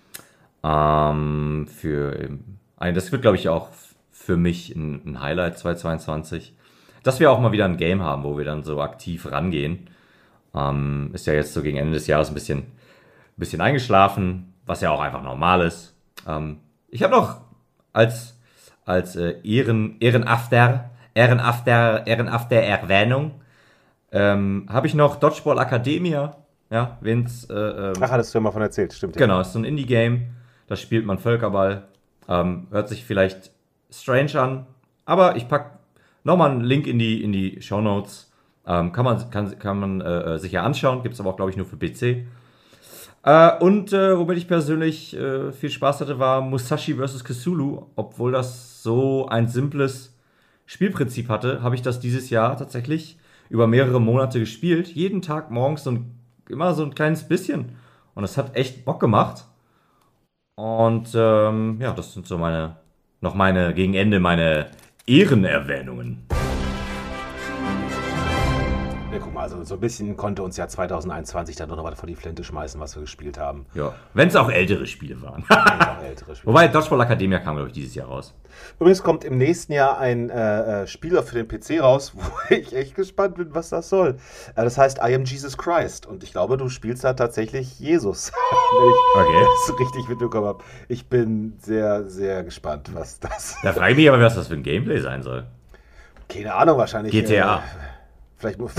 Ähm, für, das wird, glaube ich, auch für mich ein, ein Highlight zweitausendzweiundzwanzig. Dass wir auch mal wieder ein Game haben, wo wir dann so aktiv rangehen. Ähm, ist ja jetzt so gegen Ende des Jahres ein bisschen, ein bisschen eingeschlafen, was ja auch einfach normal ist. Ähm, ich habe noch als, als äh, Ehren, Ehrenafter, Ehrenafter, Ehrenafter Erwähnung, ähm, habe ich noch Dodgeball Academia. Ja, wen's, äh, ähm, Ach, hattest du ja mal von erzählt, stimmt. Genau, ist so ein Indie-Game. Da spielt man Völkerball. Ähm, hört sich vielleicht strange an, aber ich packe nochmal einen Link in die, in die Shownotes. Ähm, kann man, kann, kann man äh, sich ja anschauen. Gibt es aber auch, glaube ich, nur für P C. Äh, und äh, womit ich persönlich äh, viel Spaß hatte, war Musashi versus. Cthulhu. Obwohl das so ein simples Spielprinzip hatte, habe ich das dieses Jahr tatsächlich über mehrere Monate gespielt. Jeden Tag morgens so ein, immer so ein kleines bisschen. Und das hat echt Bock gemacht. Und ähm, ja, das sind so meine, noch meine, gegen Ende meine Ehrenerwähnungen. Ja, guck mal, also so ein bisschen konnte uns ja zweitausendeinundzwanzig dann noch was vor die Flinte schmeißen, was wir gespielt haben. Ja, wenn es auch ältere Spiele waren. auch ältere Spiele. Wobei Dodgeball Academia kam, glaube ich, dieses Jahr raus. Übrigens kommt im nächsten Jahr ein äh, Spieler für den P C raus, wo ich echt gespannt bin, was das soll. Äh, das heißt I Am Jesus Christ. Und ich glaube, du spielst da tatsächlich Jesus. Wenn ich okay. das richtig mitbekommen habe. Ich bin sehr, sehr gespannt, was das Da frage ich mich aber, was das für ein Gameplay sein soll. Keine Ahnung, wahrscheinlich. G T A. Äh, vielleicht muss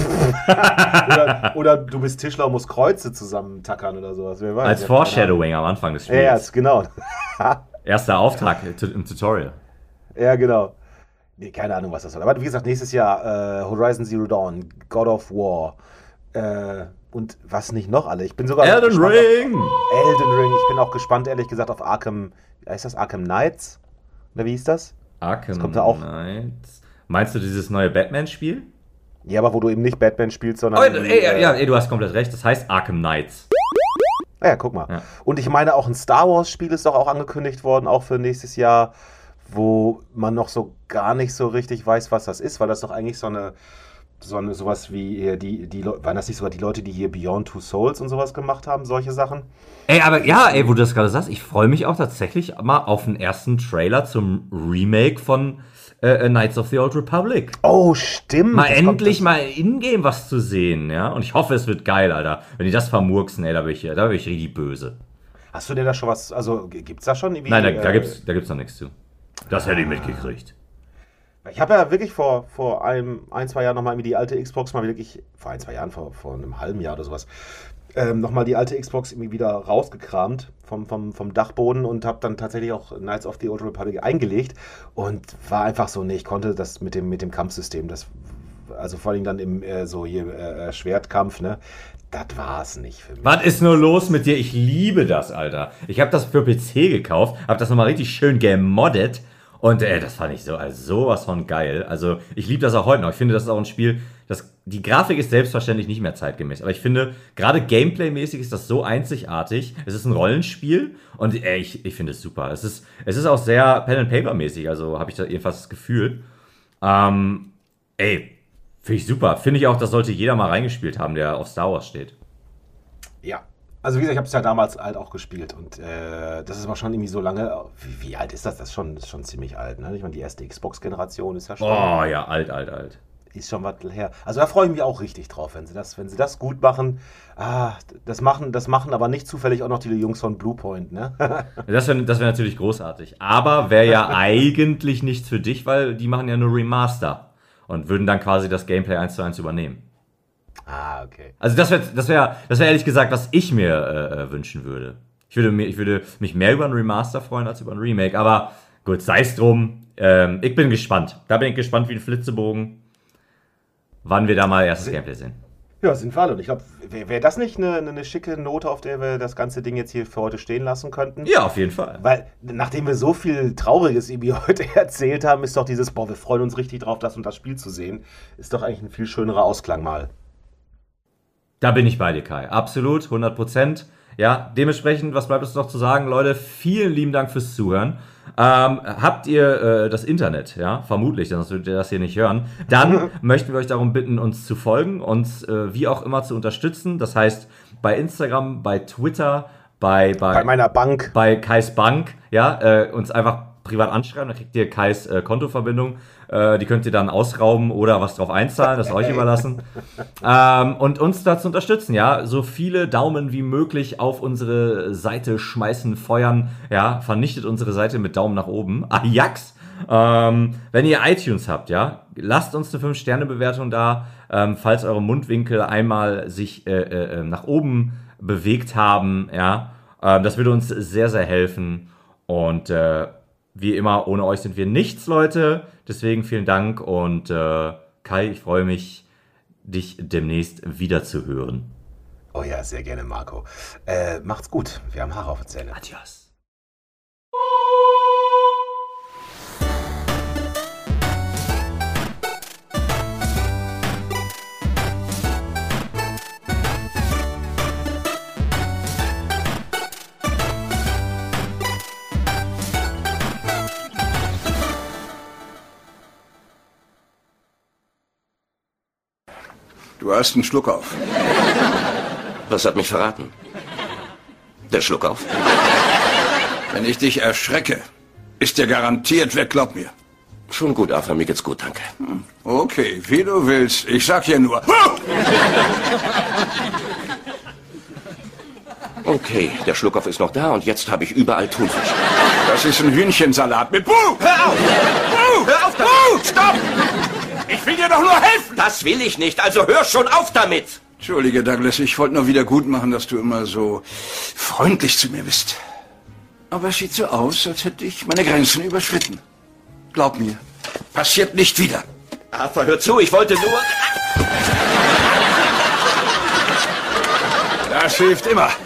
oder, oder du bist Tischler und musst Kreuze zusammentackern oder sowas. Wer weiß. Als Foreshadowing am Anfang des Spiels. Ja, ja, genau. Erster Auftrag im Tutorial. Ja, genau. Nee, keine Ahnung, was das soll. Aber wie gesagt, nächstes Jahr äh, Horizon Zero Dawn, God of War äh, und was nicht noch alle. Ich bin sogar Elden Ring! Auf Elden Ring. Ich bin auch gespannt, ehrlich gesagt, auf Arkham. Heißt das Arkham Knights? Oder wie hieß das? Arkham das kommt da auch. Knights. Meinst du dieses neue Batman-Spiel? Ja, aber wo du eben nicht Batman spielst, sondern... Oh, ey, äh, ja, ey, du hast komplett recht. Das heißt Arkham Knights. Ah ja, guck mal. Ja. Und ich meine, auch ein Star Wars-Spiel ist doch auch angekündigt worden, auch für nächstes Jahr, wo man noch so gar nicht so richtig weiß, was das ist, weil das doch eigentlich so eine, so eine sowas wie hier die, die waren das nicht sogar die Leute, die hier Beyond Two Souls und sowas gemacht haben, solche Sachen? Ey, aber ja, ey, wo du das gerade sagst, ich freue mich auch tatsächlich mal auf den ersten Trailer zum Remake von äh, Knights of the Old Republic. Oh, stimmt. Mal endlich mal in-game was zu sehen, ja? Und ich hoffe, es wird geil, Alter. Wenn die das vermurksen, ey, da bin ich, da bin ich richtig böse. Hast du dir da schon was, also gibt's da schon irgendwie? Nein, da, äh, da gibt's, da gibt's noch nichts zu. Das hätte ich mitgekriegt. Ich habe ja wirklich vor, vor einem, ein, zwei Jahren nochmal irgendwie die alte Xbox mal wirklich, vor ein, zwei Jahren, vor, vor einem halben Jahr oder sowas, ähm, nochmal die alte Xbox irgendwie wieder rausgekramt vom, vom, vom Dachboden und habe dann tatsächlich auch Knights of the Old Republic eingelegt und war einfach so, nee, ich konnte das mit dem, mit dem Kampfsystem, das, also vor allem dann im äh, so hier äh, Schwertkampf, ne, das war's nicht für mich. Was ist nur los mit dir? Ich liebe das, Alter. Ich habe das für P C gekauft, habe das nochmal richtig schön gemoddet Und äh, das fand ich so also sowas von geil. Also ich liebe das auch heute noch. Ich finde, das ist auch ein Spiel, das, die Grafik ist selbstverständlich nicht mehr zeitgemäß. Aber ich finde, gerade Gameplay-mäßig ist das so einzigartig. Es ist ein Rollenspiel und äh, ich, ich finde es super. Es ist, es ist auch sehr Pen-and-Paper-mäßig, also habe ich da jedenfalls das Gefühl. Ähm, ey, finde ich super. Finde ich auch, das sollte jeder mal reingespielt haben, der auf Star Wars steht. Ja. Also wie gesagt, ich habe es ja damals halt auch gespielt und äh, das ist aber schon irgendwie so lange, wie, wie alt ist das? Das ist schon, das ist schon ziemlich alt, ne? Ich meine, die erste Xbox-Generation ist ja schon... Oh ja, alt, alt, alt. Ist schon was her. Also da freue ich mich auch richtig drauf, wenn sie das, wenn sie das gut machen. Ah, das machen, das machen aber nicht zufällig auch noch die Jungs von Bluepoint, ne? Das wäre das wär natürlich großartig. Aber wäre ja eigentlich nichts für dich, weil die machen ja nur Remaster und würden dann quasi das Gameplay eins zu eins übernehmen. Ah, okay. Also das wäre das wär, das wär ehrlich gesagt, was ich mir äh, wünschen würde. Ich würde, mir, ich würde mich mehr über ein Remaster freuen als über ein Remake. Aber gut, sei es drum. Ähm, ich bin gespannt. Da bin ich gespannt wie ein Flitzebogen, wann wir da mal erstes Gameplay sehen. Ja, sind wir alle. Und ich glaube, wäre wär das nicht eine, eine schicke Note, auf der wir das ganze Ding jetzt hier für heute stehen lassen könnten? Ja, auf jeden Fall. Weil, nachdem wir so viel Trauriges irgendwie heute erzählt haben, ist doch dieses, boah, wir freuen uns richtig drauf, das und das Spiel zu sehen, ist doch eigentlich ein viel schönerer Ausklang mal. Da bin ich bei dir, Kai. Absolut, hundert Prozent. Ja, dementsprechend, was bleibt uns noch zu sagen, Leute? Vielen lieben Dank fürs Zuhören. Ähm, habt ihr äh, das Internet, ja, vermutlich, sonst würdet ihr das hier nicht hören, dann möchten wir euch darum bitten, uns zu folgen, uns äh, wie auch immer zu unterstützen. Das heißt, bei Instagram, bei Twitter, bei, bei, Bei meiner Bank. bei Kais Bank, ja, äh, uns einfach privat anschreiben, dann kriegt ihr Kais äh, Kontoverbindung. Äh, die könnt ihr dann ausrauben oder was drauf einzahlen, das ist euch überlassen. Ähm, und uns da zu unterstützen, ja, so viele Daumen wie möglich auf unsere Seite schmeißen, feuern, ja, vernichtet unsere Seite mit Daumen nach oben. Ajax! Ähm, wenn ihr iTunes habt, ja, lasst uns eine fünf Sterne Bewertung da, ähm, falls eure Mundwinkel einmal sich äh, äh, nach oben bewegt haben, ja, ähm, das würde uns sehr, sehr helfen und äh, wie immer, ohne euch sind wir nichts, Leute. Deswegen vielen Dank und äh, Kai, ich freue mich, dich demnächst wieder zu hören. Oh ja, sehr gerne, Marco. Äh, macht's gut. Wir haben Haare auf den Zähnen. Adios. Du hast einen Schluck auf. Was hat mich verraten? Der Schluck auf? Wenn ich dich erschrecke, ist dir garantiert, wer glaubt mir. Schon gut, Arthur, mir geht's gut, danke. Hm, okay, wie du willst. Ich sag hier nur... Okay, der Schluckauf ist noch da und jetzt habe ich überall Thunfisch. Das ist ein Hühnchensalat mit... Buh! Hör auf! Buh! Hör auf damit! Buh! Stopp! Ich will dir doch nur helfen! Das will ich nicht, also hör schon auf damit! Entschuldige, Douglas, ich wollte nur wieder gut machen, dass du immer so freundlich zu mir bist. Aber es sieht so aus, als hätte ich meine Grenzen überschritten. Glaub mir, passiert nicht wieder. Arthur, hör zu, ich wollte nur... Das hilft immer.